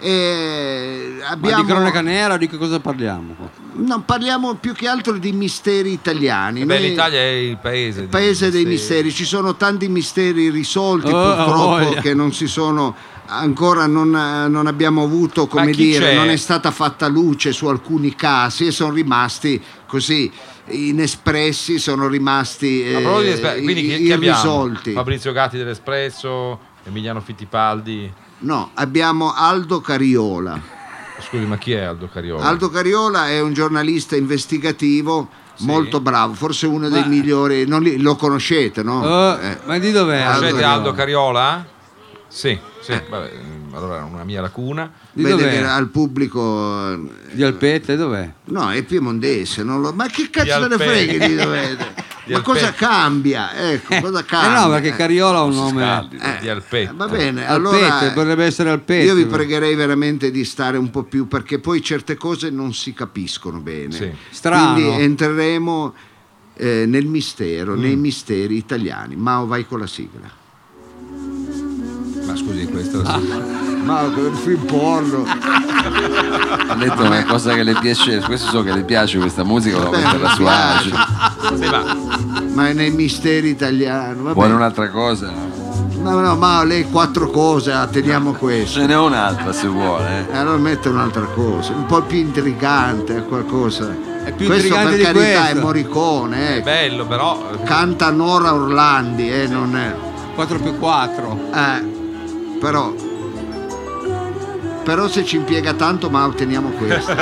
Abbiamo... Ma di cronaca nera, di che cosa parliamo? No, parliamo più che altro di misteri italiani. Beh, Noi- l'Italia è il paese, dei misteri, ci sono tanti misteri risolti purtroppo voglia. che non si sono ancora non abbiamo avuto, come Ma chi dire, c'è? non è stata fatta luce su alcuni casi e sono rimasti così inespressi, sono rimasti A proposito di quindi chi abbiamo? irrisolti. Fabrizio Gatti dell'Espresso, Emiliano Fittipaldi. No, abbiamo Aldo Cariola. Scusi, ma chi è Aldo Cariola? Aldo Cariola è un giornalista investigativo Sì. molto bravo, forse uno dei migliori, lo conoscete, no? Ma di dov'è? Conoscete Aldo Aldo Cariola? Sì, vabbè, allora è una mia lacuna. Di Vede dov'è? che al pubblico Di Alpette, dov'è? no, è piemontese, ma che Di cazzo te ne Alpette. frega di dove? Di Ma cosa Alpette. cambia? Ecco, cosa cambia? no, perché Cariola ha un nome. Scaldi. Di Alpette. Va bene, Alpette, allora potrebbe essere Alpette. io vi pregherei veramente di stare un po' più, perché poi certe cose non si capiscono bene. Sì. Strano. Quindi entreremo nel mistero, nei misteri italiani. Mao, vai con la sigla. Ma scusi, questo Mao, il film porno. Ha detto una cosa che le piace, questo so che le piace questa musica, lo Beh, metterla mi su piace. agio. Sì, ma Ma è nei misteri italiani. Va Vuole bene. un'altra cosa? No, Mao, lei quattro cose, teniamo questo. Ce n'è un'altra se vuole. Allora mette un'altra cosa, un po' più intrigante, qualcosa. È più questo intrigante per di carità questo. è Morricone, è ecco. bello però. Canta Nora Orlandi, non è. 4+4. Però se ci impiega tanto, ma otteniamo questo.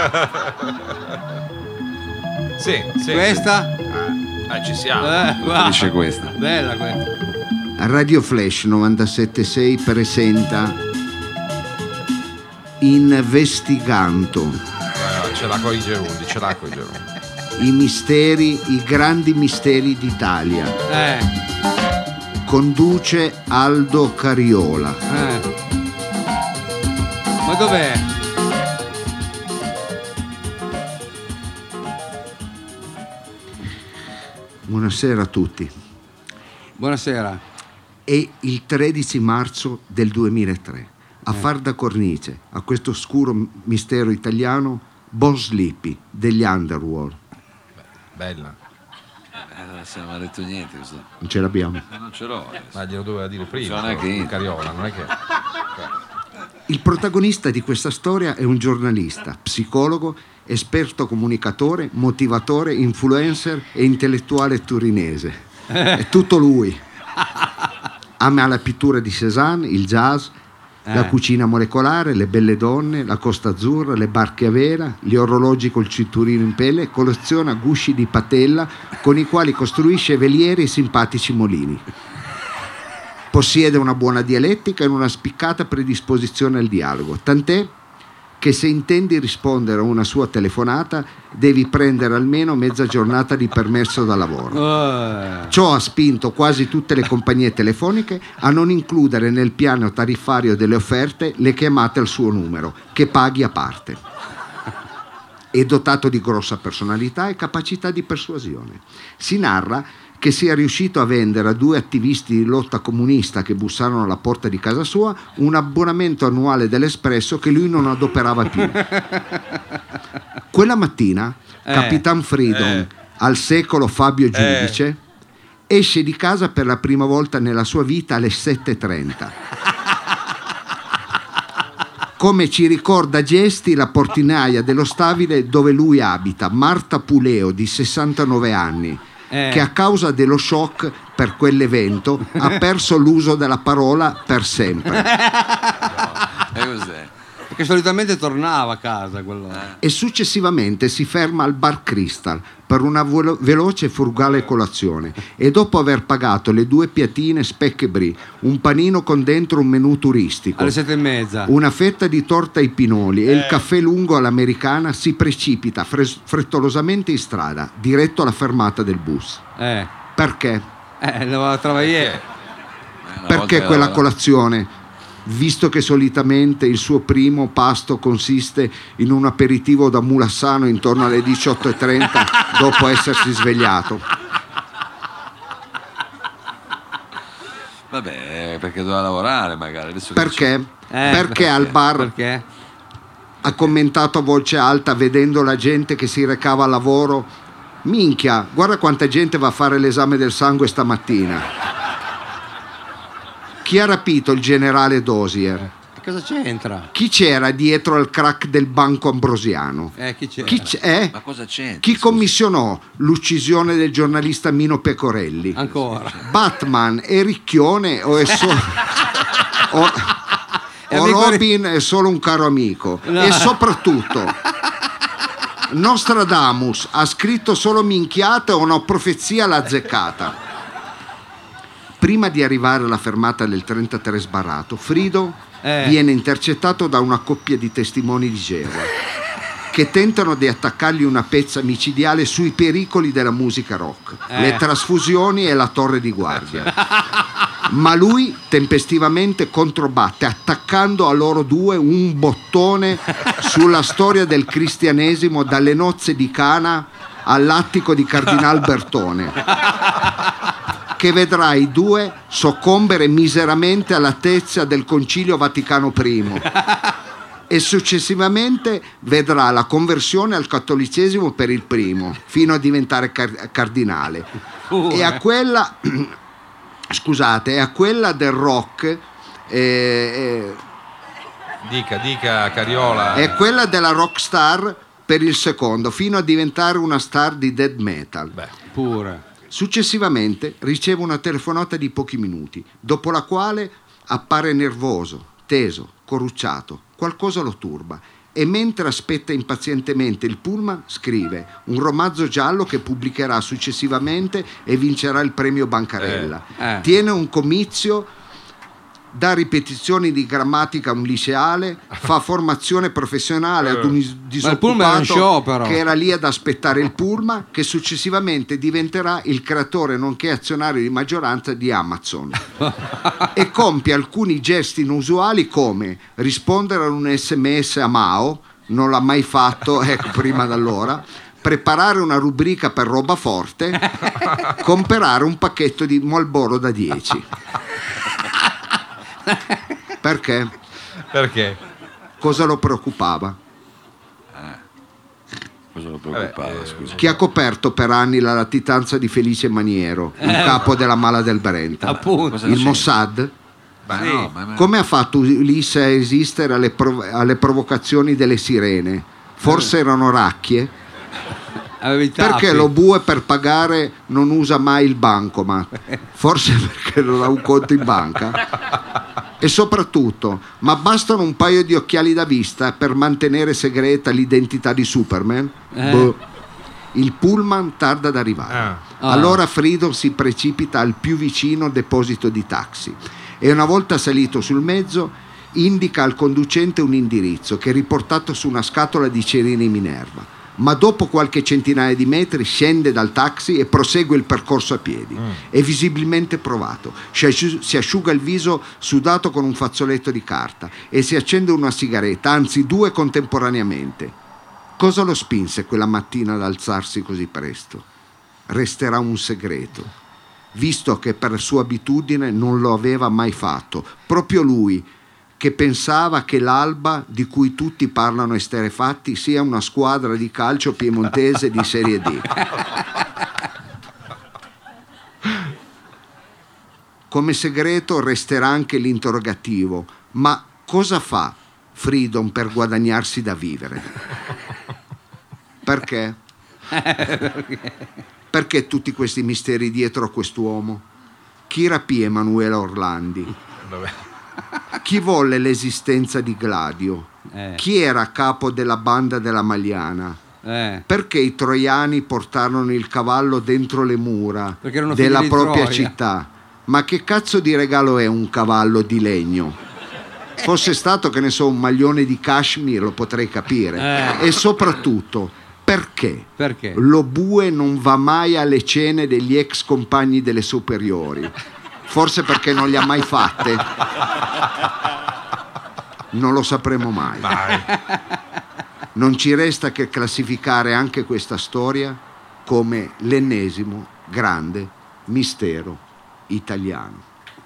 Sì. Questa? Ci siamo. Wow. Dice questa. Bella questa. Radio Flash 97.6 presenta Investigando Ce l'ha con i Gerundi, i misteri, i grandi misteri d'Italia. Conduce Aldo Cariola. Ma dov'è? Buonasera a tutti. Buonasera. È il 13 marzo del 2003. A far da cornice a questo oscuro mistero italiano, Bon Sleepy degli Underworld. Bella. Non siamo detto niente questo. Non ce l'abbiamo. Non ce l'ho. Ma glielo doveva dire prima. Non è che- Cariola, non è che. Il protagonista di questa storia è un giornalista, psicologo, esperto comunicatore, motivatore, influencer e intellettuale turinese. È tutto lui. Ama la pittura di Cézanne, il jazz, la cucina molecolare, le belle donne, la Costa Azzurra, le barche a vela, gli orologi col cinturino in pelle, colleziona gusci di patella con i quali costruisce velieri e simpatici molini. Possiede una buona dialettica e una spiccata predisposizione al dialogo, tant'è che se intendi rispondere a una sua telefonata devi prendere almeno mezza giornata di permesso da lavoro. Ciò ha spinto quasi tutte le compagnie telefoniche a non includere nel piano tariffario delle offerte le chiamate al suo numero, che paghi a parte. È dotato di grossa personalità e capacità di persuasione. Si narra che sia riuscito a vendere a 2 attivisti di lotta comunista che bussarono alla porta di casa sua un abbonamento annuale dell'Espresso che lui non adoperava più. Quella mattina Capitan Freedom, al secolo Fabio Giudice, esce di casa per la prima volta nella sua vita alle 7:30. Come ci ricorda a gesti la portinaia dello stabile dove lui abita, Marta Puleo, di 69 anni, che a causa dello shock per quell'evento ha perso l'uso della parola per sempre. E cos'è? Perché solitamente tornava a casa quello. E successivamente si ferma al bar Crystal per una veloce e frugale colazione e dopo aver pagato le 2 piatine Speck e Brie, un panino con dentro un menù turistico, Alle 7:30. una fetta di torta ai pinoli e il caffè lungo all'americana, si precipita frettolosamente in strada diretto alla fermata del bus. Perché? Lo travagliere. Perché quella colazione, visto che solitamente il suo primo pasto consiste in un aperitivo da mulassano intorno alle 18:30 dopo essersi svegliato? Vabbè, perché doveva lavorare magari. Adesso che Perché? Perché al bar Perché? ha commentato a voce alta, vedendo la gente che si recava al lavoro: minchia, guarda quanta gente va a fare l'esame del sangue stamattina. Chi ha rapito il generale Dozier? Cosa c'entra? Chi c'era dietro al crack del Banco Ambrosiano? Chi c'era? Ma cosa c'entra? Chi commissionò l'uccisione del giornalista Mino Pecorelli? Ancora. Batman è ricchione o è solo o Robin è solo un caro amico? No. E soprattutto Nostradamus ha scritto solo minchiate o una profezia l'ha azzeccata? Prima di arrivare alla fermata del 33 sbarrato, Frido viene intercettato da una coppia di testimoni di Geova che tentano di attaccargli una pezza micidiale sui pericoli della musica rock, le trasfusioni e la torre di guardia. Ma lui tempestivamente controbatte attaccando a loro due un bottone sulla storia del cristianesimo dalle nozze di Cana all'attico di Cardinal Bertone, che vedrà i due soccombere miseramente all'altezza del Concilio Vaticano I e successivamente vedrà la conversione al cattolicesimo per il primo fino a diventare cardinale e a quella scusate, a quella del rock Dica Cariola. è quella della rockstar per il secondo fino a diventare una star di death metal. Pure. Successivamente riceve una telefonata di pochi minuti, dopo la quale appare nervoso, teso, corrucciato, qualcosa lo turba e mentre aspetta impazientemente il pullman scrive un romanzo giallo che pubblicherà successivamente e vincerà il premio Bancarella. Tiene un comizio dà ripetizioni di grammatica a un liceale, fa formazione professionale ad un Ma il pullman è un show, disoccupato però. che era lì ad aspettare il pullman, che successivamente diventerà il creatore nonché azionario di maggioranza di Amazon e compie alcuni gesti inusuali come rispondere a un SMS a Mao, non l'ha mai fatto, ecco, prima d'allora, preparare una rubrica per roba forte, comprare un pacchetto di Marlboro da 10. Perché? Perché? Cosa lo preoccupava? Cosa lo preoccupava, scusa? Chi ha coperto per anni la latitanza di Felice Maniero, il capo della Mala del Brenta? Appunto. Cosa Il c'è? Mossad? Ma no, ma Come ha fatto Ulisse a esistere alle provocazioni delle sirene? Forse erano racchie? Aveva i tappi. Perché lo bue per pagare non usa mai il bancomat? Forse perché non ha un conto in banca? E soprattutto, ma bastano un paio di occhiali da vista per mantenere segreta l'identità di Superman? Boh. Il pullman tarda ad arrivare. Allora Freedom si precipita al più vicino deposito di taxi e una volta salito sul mezzo indica al conducente un indirizzo che è riportato su una scatola di cerini Minerva. Ma dopo qualche centinaia di metri scende dal taxi e prosegue il percorso a piedi. È visibilmente provato, si asciuga il viso sudato con un fazzoletto di carta e si accende una sigaretta, anzi 2 contemporaneamente. Cosa lo spinse quella mattina ad alzarsi così presto? Resterà un segreto, visto che per sua abitudine non lo aveva mai fatto. Proprio lui, che pensava che l'Alba, di cui tutti parlano esterefatti, sia una squadra di calcio piemontese di Serie D. Come segreto resterà anche l'interrogativo: ma cosa fa Freedom per guadagnarsi da vivere? Perché? Perché tutti questi misteri dietro a quest'uomo? Chi rapì Emanuela Orlandi? Chi volle l'esistenza di Gladio? Chi era a capo della banda della Magliana? Perché i troiani portarono il cavallo dentro le mura Perché della figli di propria Troia. città? Ma che cazzo di regalo è un cavallo di legno? Fosse stato, che ne so, un maglione di cashmere, lo potrei capire. E soprattutto, perché? Perché? Lo bue non va mai alle cene degli ex compagni delle superiori. Forse perché non le ha mai fatte? Non lo sapremo mai. Non ci resta che classificare anche questa storia come l'ennesimo grande mistero italiano.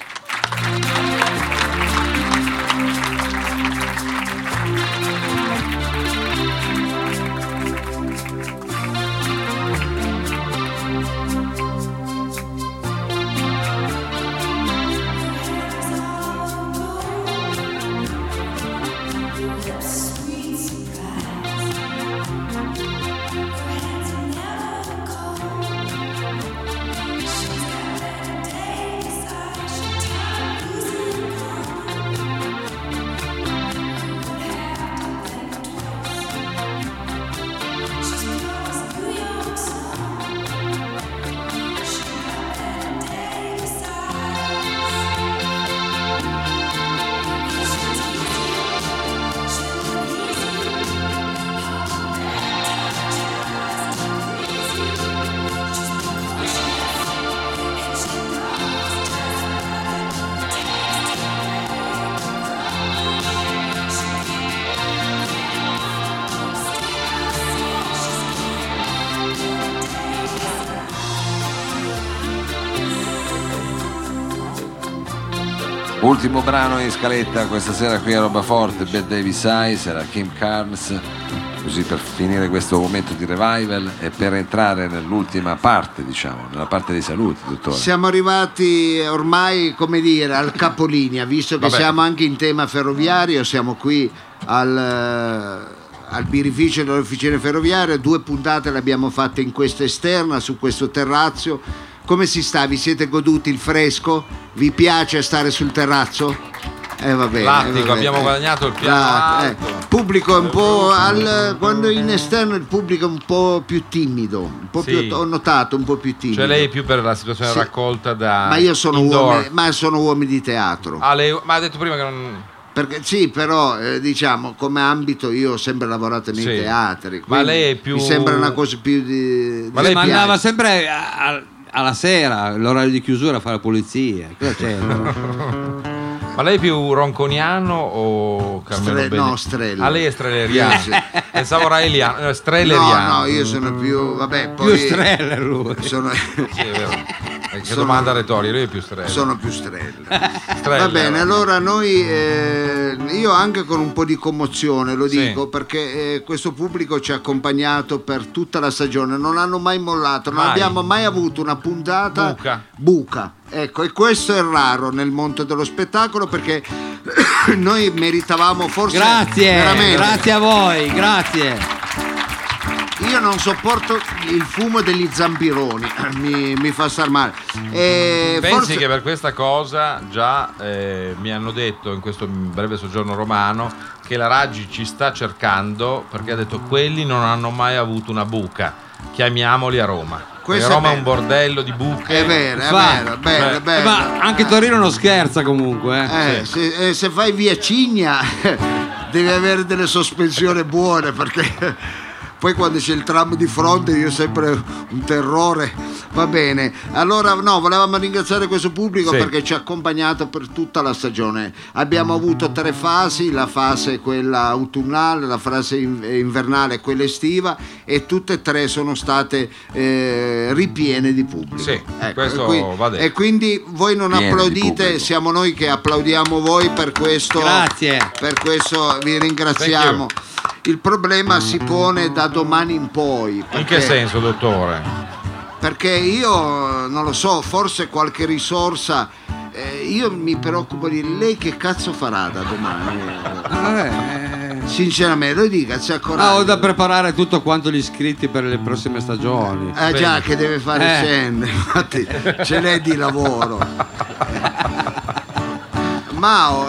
Ultimo brano in scaletta questa sera qui a Roba Forte, Bad Davis Eyes, era Kim Carnes, così per finire questo momento di revival e per entrare nell'ultima parte, diciamo, nella parte dei saluti, dottore. Siamo arrivati ormai, come dire, al capolinea, visto che siamo anche in tema ferroviario, siamo qui al birrificio delle officine ferroviarie, 2 puntate le abbiamo fatte in questa esterna, su questo terrazzo. Come si sta? Vi siete goduti il fresco? Vi piace stare sul terrazzo? Va bene. L'attico, abbiamo guadagnato il piano alto. pubblico è un po' quando in esterno il pubblico è un po' più timido, un po' Sì. più, ho notato un po' più timido. Cioè lei è più per la situazione Sì. raccolta da Ma io sono indoor. uomini di teatro. Ah, ma ha detto prima che non... Perché, sì, però diciamo come ambito io ho sempre lavorato nei Sì. teatri. Ma quindi lei è più- mi sembra una cosa più di. Ma di lei Ma spiaggia. andava sempre alla sera, l'orario di chiusura, a fare la pulizia. Cosa c'è? Ma lei è più ronconiano o Carmelo Bene? No, Strella. Ah, lei è strelleriano. Sì, sì. Pensavo raeliano, strelleriano. No, io sono più. Vabbè, poi. Più strelle lui. Sono, Sì, è vero. Che Sono- domanda retorica, lui è più strella. sono più Strella. Strella, Va bene, allora noi. Io anche con un po' di commozione lo Sì. dico perché questo pubblico ci ha accompagnato per tutta la stagione, non hanno mai mollato, non Mai. abbiamo mai avuto una puntata Buca. Ecco, e questo è raro nel mondo dello spettacolo perché noi meritavamo forse Grazie, veramente. grazie a voi, grazie. Io non sopporto il fumo degli zampironi, mi fa star male. Pensi Forse- che per questa cosa già mi hanno detto in questo breve soggiorno romano che la Raggi ci sta cercando perché ha detto quelli non hanno mai avuto una buca, chiamiamoli a Roma. Questo Perché Roma è è un vero. bordello di buche. È vero, è Fa- vero, bello, Beh, bello. Ma anche Torino non scherza comunque. Se fai via Cigna devi avere delle sospensioni buone perché poi quando c'è il tram di fronte io ho sempre un terrore. Va bene, allora no, volevamo ringraziare questo pubblico Sì. perché ci ha accompagnato per tutta la stagione. Abbiamo avuto 3 fasi, la fase quella autunnale, la fase invernale e quella estiva e tutte e 3 sono state ripiene di pubblico. Sì, questo e qui- va detto. e quindi voi non Piene di applaudite, pubblico. siamo noi che applaudiamo voi per questo. Grazie. Per questo vi ringraziamo. Il problema si pone da domani in poi. In perché- che senso, dottore? Perché io non lo so, forse qualche risorsa. Io mi preoccupo di lei che cazzo farà da domani. Sinceramente, lo dica, c'è coraggio. Ho da preparare tutto quanto gli iscritti per le prossime stagioni. Già che deve fare scende, infatti ce n'è di lavoro. Mao,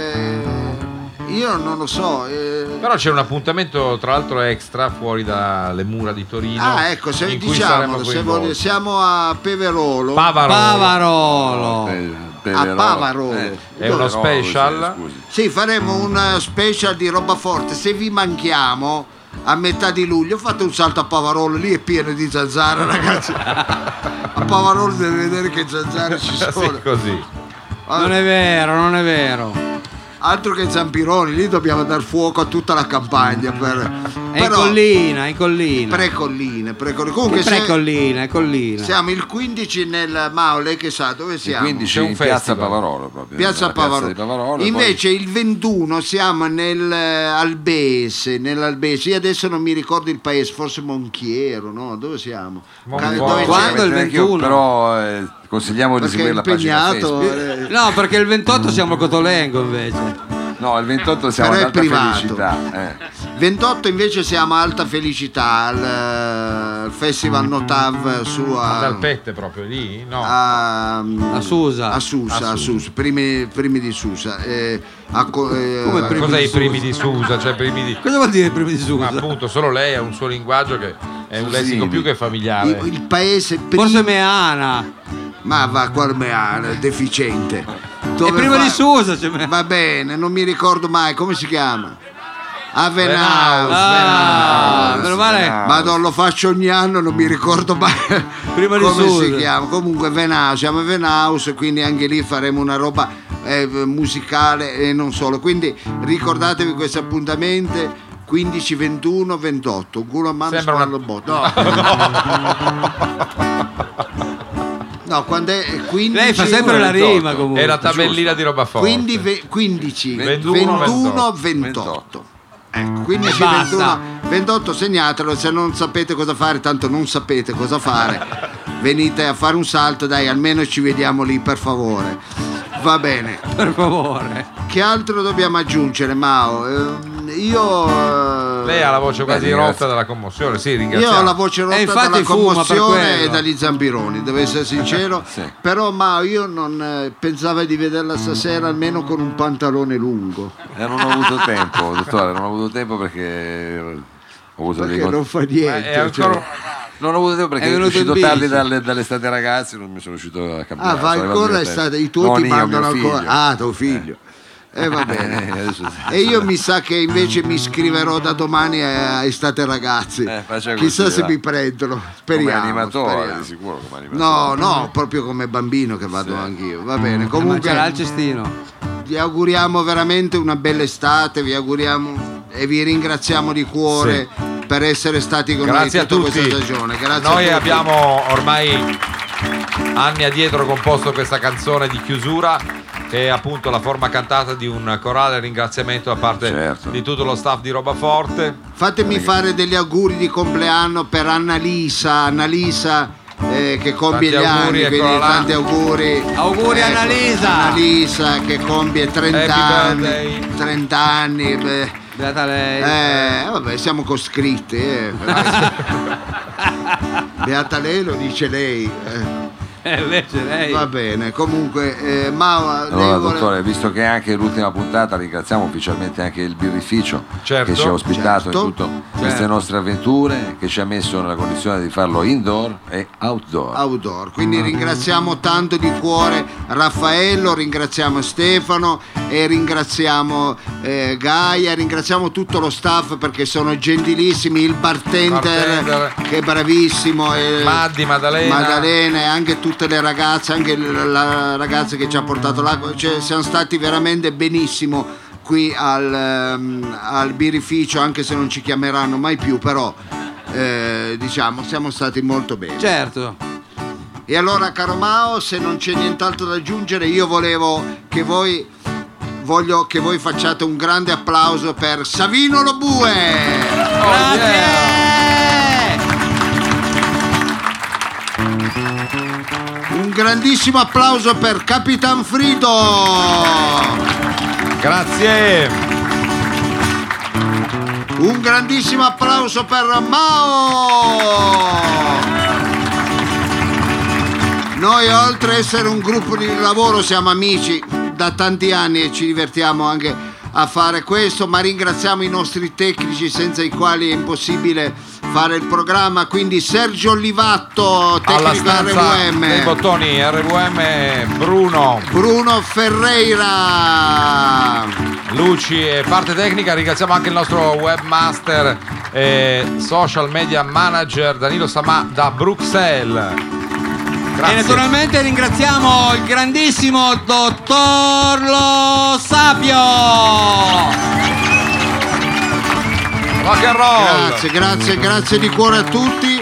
io non lo so. Però c'è un appuntamento tra l'altro extra fuori dalle mura di Torino. Ah, ecco, se in cui saremo diciamolo, se coinvolti. siamo a Peverolo. Pavarolo. A Pavarolo. È uno special. Sì, faremo un special di roba forte. Se vi manchiamo a metà di luglio fate un salto a Pavarolo, lì è pieno di zanzare, ragazzi. A Pavarolo deve vedere che zanzare ci sono. Sì, così. Non è vero, non è vero. Altro che zampironi, lì dobbiamo dar fuoco a tutta la campagna. È in collina, è in collina. Precolline. Comunque pre-collina, è collina. Siamo il 15 nel Mao, lei che sa dove Il siamo? 15 C'è un in piazza festival. Pavarolo proprio. Piazza nella Pavarolo. di Pavarolo, e Invece il 21 siamo nell'Albese. Io adesso non mi ricordo il paese, forse Monchiero, no? Dove siamo? Monchiero. Dove Quando c'è? il 21? Però consigliamo di Perché è seguire la pagina impegnato. Facebook. No, perché il 28 siamo a Cotolengo invece. No, il 28 siamo Però ad è Alta privato. Felicità. 28 invece siamo a Alta Felicità, al Festival Notav su Dal Pette proprio lì? No. a Susa. a Susa, primi di Susa. Come primi Cos'è di i primi di Susa? Cioè primi di... Cosa vuol dire primi di Ma Susa? appunto, solo lei ha un suo linguaggio che è un lessico Susini. più che familiare. il paese primo, Forse Meana. ma va quale deficiente. E prima di Susa c'è Meana. Va bene, non mi ricordo mai come si chiama. A Venaus. Ah, meno male. Ma non lo faccio ogni anno, non mi ricordo mai Prima di come si Susa. chiama. Comunque Venaus, siamo a Venaus, quindi anche lì faremo una roba musicale e non solo. Quindi ricordatevi questi appuntamenti 15, 21, 28. Un culo a mano Sembra spallo una- botto. No, quando è 15. Lei fa sempre la 28. rima comunque. È la tabellina di roba forte. Quindi 15, 21, 21, 28. Ecco, 15, E basta. 21, 28, segnatelo. Se non sapete cosa fare, tanto non sapete cosa fare, venite a fare un salto, dai, almeno ci vediamo lì, per favore. Va bene. Per favore. Che altro dobbiamo aggiungere, Mao? Io Lei ha la voce quasi ringrazio. rotta dalla commozione, sì, Io ringraziamo. ho la voce rotta infatti dalla fuma per commozione quello. e dagli zambironi, devo essere sincero. Sì. Però ma io non pensavo di vederla stasera almeno con un pantalone lungo. Non ho avuto tempo, dottore, non ho avuto tempo perché ho avuto dei Perché non fa niente. è ancora- cioè. Non ho avuto tempo perché È sono venuto in uscito tardi bici. dall'estate ragazzi, non mi sono riuscito a cambiare. Ah, va sono arrivato ancora in l'estate, i Non tuoi ti io, mandano mio ancora. figlio. Ah, tuo figlio. Va bene. Adesso- E io mi sa che invece mi iscriverò da domani a Estate Ragazzi. faccia Chissà così, se va. mi prendono. Speriamo. Come animatore, speriamo. di sicuro come animatore. No, proprio come bambino che vado anch'io. Va bene. Ma Comunque c'era il cestino. vi auguriamo veramente una bella estate, vi auguriamo e vi ringraziamo di cuore per essere stati con Grazie a noi tutta tutti. questa stagione. Grazie Noi a tutti. abbiamo ormai anni addietro composto questa canzone di chiusura che è appunto la forma cantata di un corale ringraziamento da parte Certo. di tutto lo staff di Roba Forte. Fatemi fare degli auguri di compleanno per Annalisa che compie Tanti gli auguri, anni, quindi eccola là. tanti auguri. Auguri, Annalisa. Annalisa che compie 30 Happy anni. birthday. 30 anni. Beata lei. Vabbè, siamo coscritti. Beata lei, lo dice lei. Invece lei. Va bene, comunque, ma Allora, dottore, visto che è anche l'ultima puntata, ringraziamo ufficialmente anche il birrificio Certo. che ci ha ospitato Certo. in tutte queste nostre avventure, che ci ha messo nella condizione di farlo indoor e outdoor. outdoor. Quindi ringraziamo tanto di cuore Raffaello, ringraziamo Stefano e ringraziamo Gaia, ringraziamo tutto lo staff perché sono gentilissimi, il bartender che è bravissimo, e Maddalena e anche tutte le ragazze, anche la ragazza che ci ha portato l'acqua, cioè, siamo stati veramente benissimo qui al birrificio, anche se non ci chiameranno mai più, però diciamo siamo stati molto bene. Certo. E allora, caro Mao, se non c'è nient'altro da aggiungere, io voglio che voi facciate un grande applauso per Savino Lobue. Grazie. Un grandissimo applauso per Capitan Frido. Grazie. Un grandissimo applauso per Mao. Noi, oltre ad essere un gruppo di lavoro, siamo amici da tanti anni e ci divertiamo anche a fare questo, ma ringraziamo i nostri tecnici senza i quali è impossibile fare il programma, quindi Sergio Olivatto, Alla tecnico stanza dei RVM, bottoni RVM Bruno Ferreira, Luci e parte tecnica. Ringraziamo anche il nostro webmaster e social media manager Danilo Samà da Bruxelles. E Grazie. naturalmente ringraziamo il grandissimo dottor Lo Sapio. Rock and roll. grazie di cuore a tutti.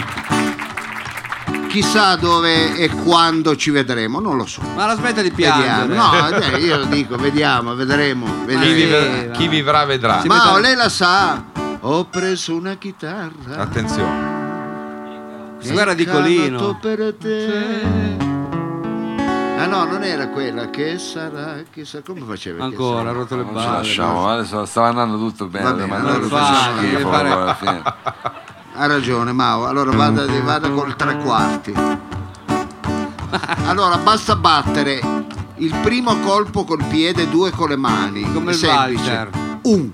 Chissà dove e quando ci vedremo, non lo so. Ma la smetta di Vediamo. piangere. No, io lo dico, vedremo. Chi vivrà vedrà. Sì. Ma lei la sa. Ho preso una chitarra. Attenzione. Guarda di Colino. canto per te. Ah no, non era quella. Che sarà? Chissà come faceva. Ancora, ha rotto le Non ci balle. lasciamo, adesso stava andando tutto bene, Va bene, ma allora non facciamo facciamo deve schifo fare- alla fine. Ha ragione, Mao. Allora vada col 3/4. Allora basta battere il primo colpo col piede e 2 con le mani. Come È il semplice. valzer. Un.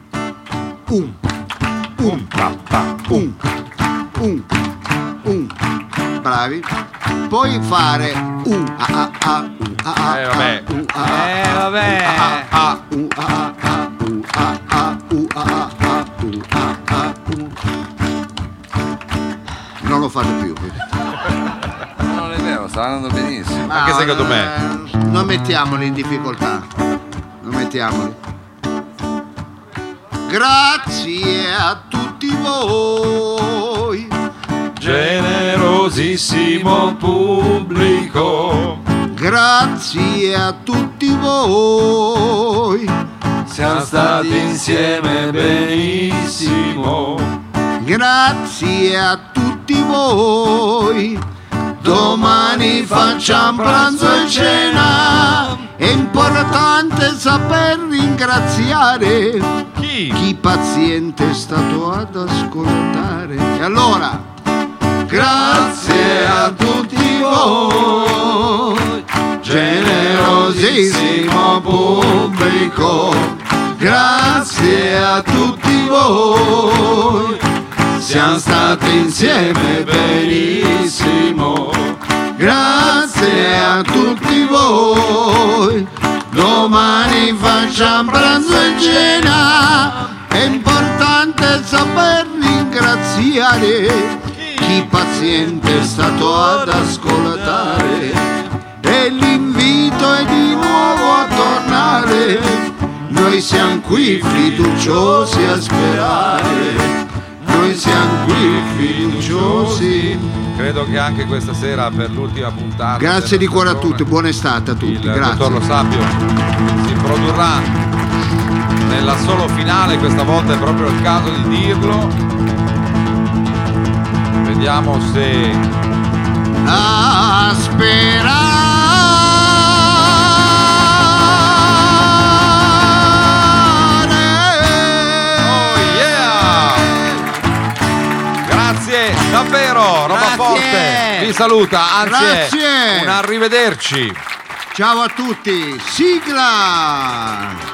Bravi. Poi fare un a a a un a a vabbè. un a a Vabbè. un a a un a a un a a un a a un. Non lo fate più. Non è vero, sta andando benissimo. Anche secondo me. Non mettiamoli in difficoltà. Non mettiamoli. Grazie a tutti voi. Generosissimo pubblico, Grazie a tutti voi. siamo stati insieme benissimo. Grazie a tutti voi. domani facciamo pranzo e cena. È importante saper ringraziare chi paziente è stato ad ascoltare. E allora, grazie a tutti voi, generosissimo pubblico, grazie a tutti voi, siamo stati insieme benissimo, grazie a tutti voi, domani facciamo pranzo e cena, è importante saper ringraziare chi paziente è stato ad ascoltare, e l'invito è di nuovo a tornare, noi siamo qui fiduciosi a sperare, noi siamo qui fiduciosi. Credo che anche questa sera per l'ultima puntata. Grazie di cuore a tutti, buona estate a tutti. Il Grazie. dottor Lo Sapio si produrrà nella solo finale, questa volta è proprio il caso di dirlo. Vediamo se a sperare. Oh yeah! Grazie davvero, Roba Grazie. Forte vi saluta, anzi Grazie. un arrivederci. Ciao a tutti, sigla!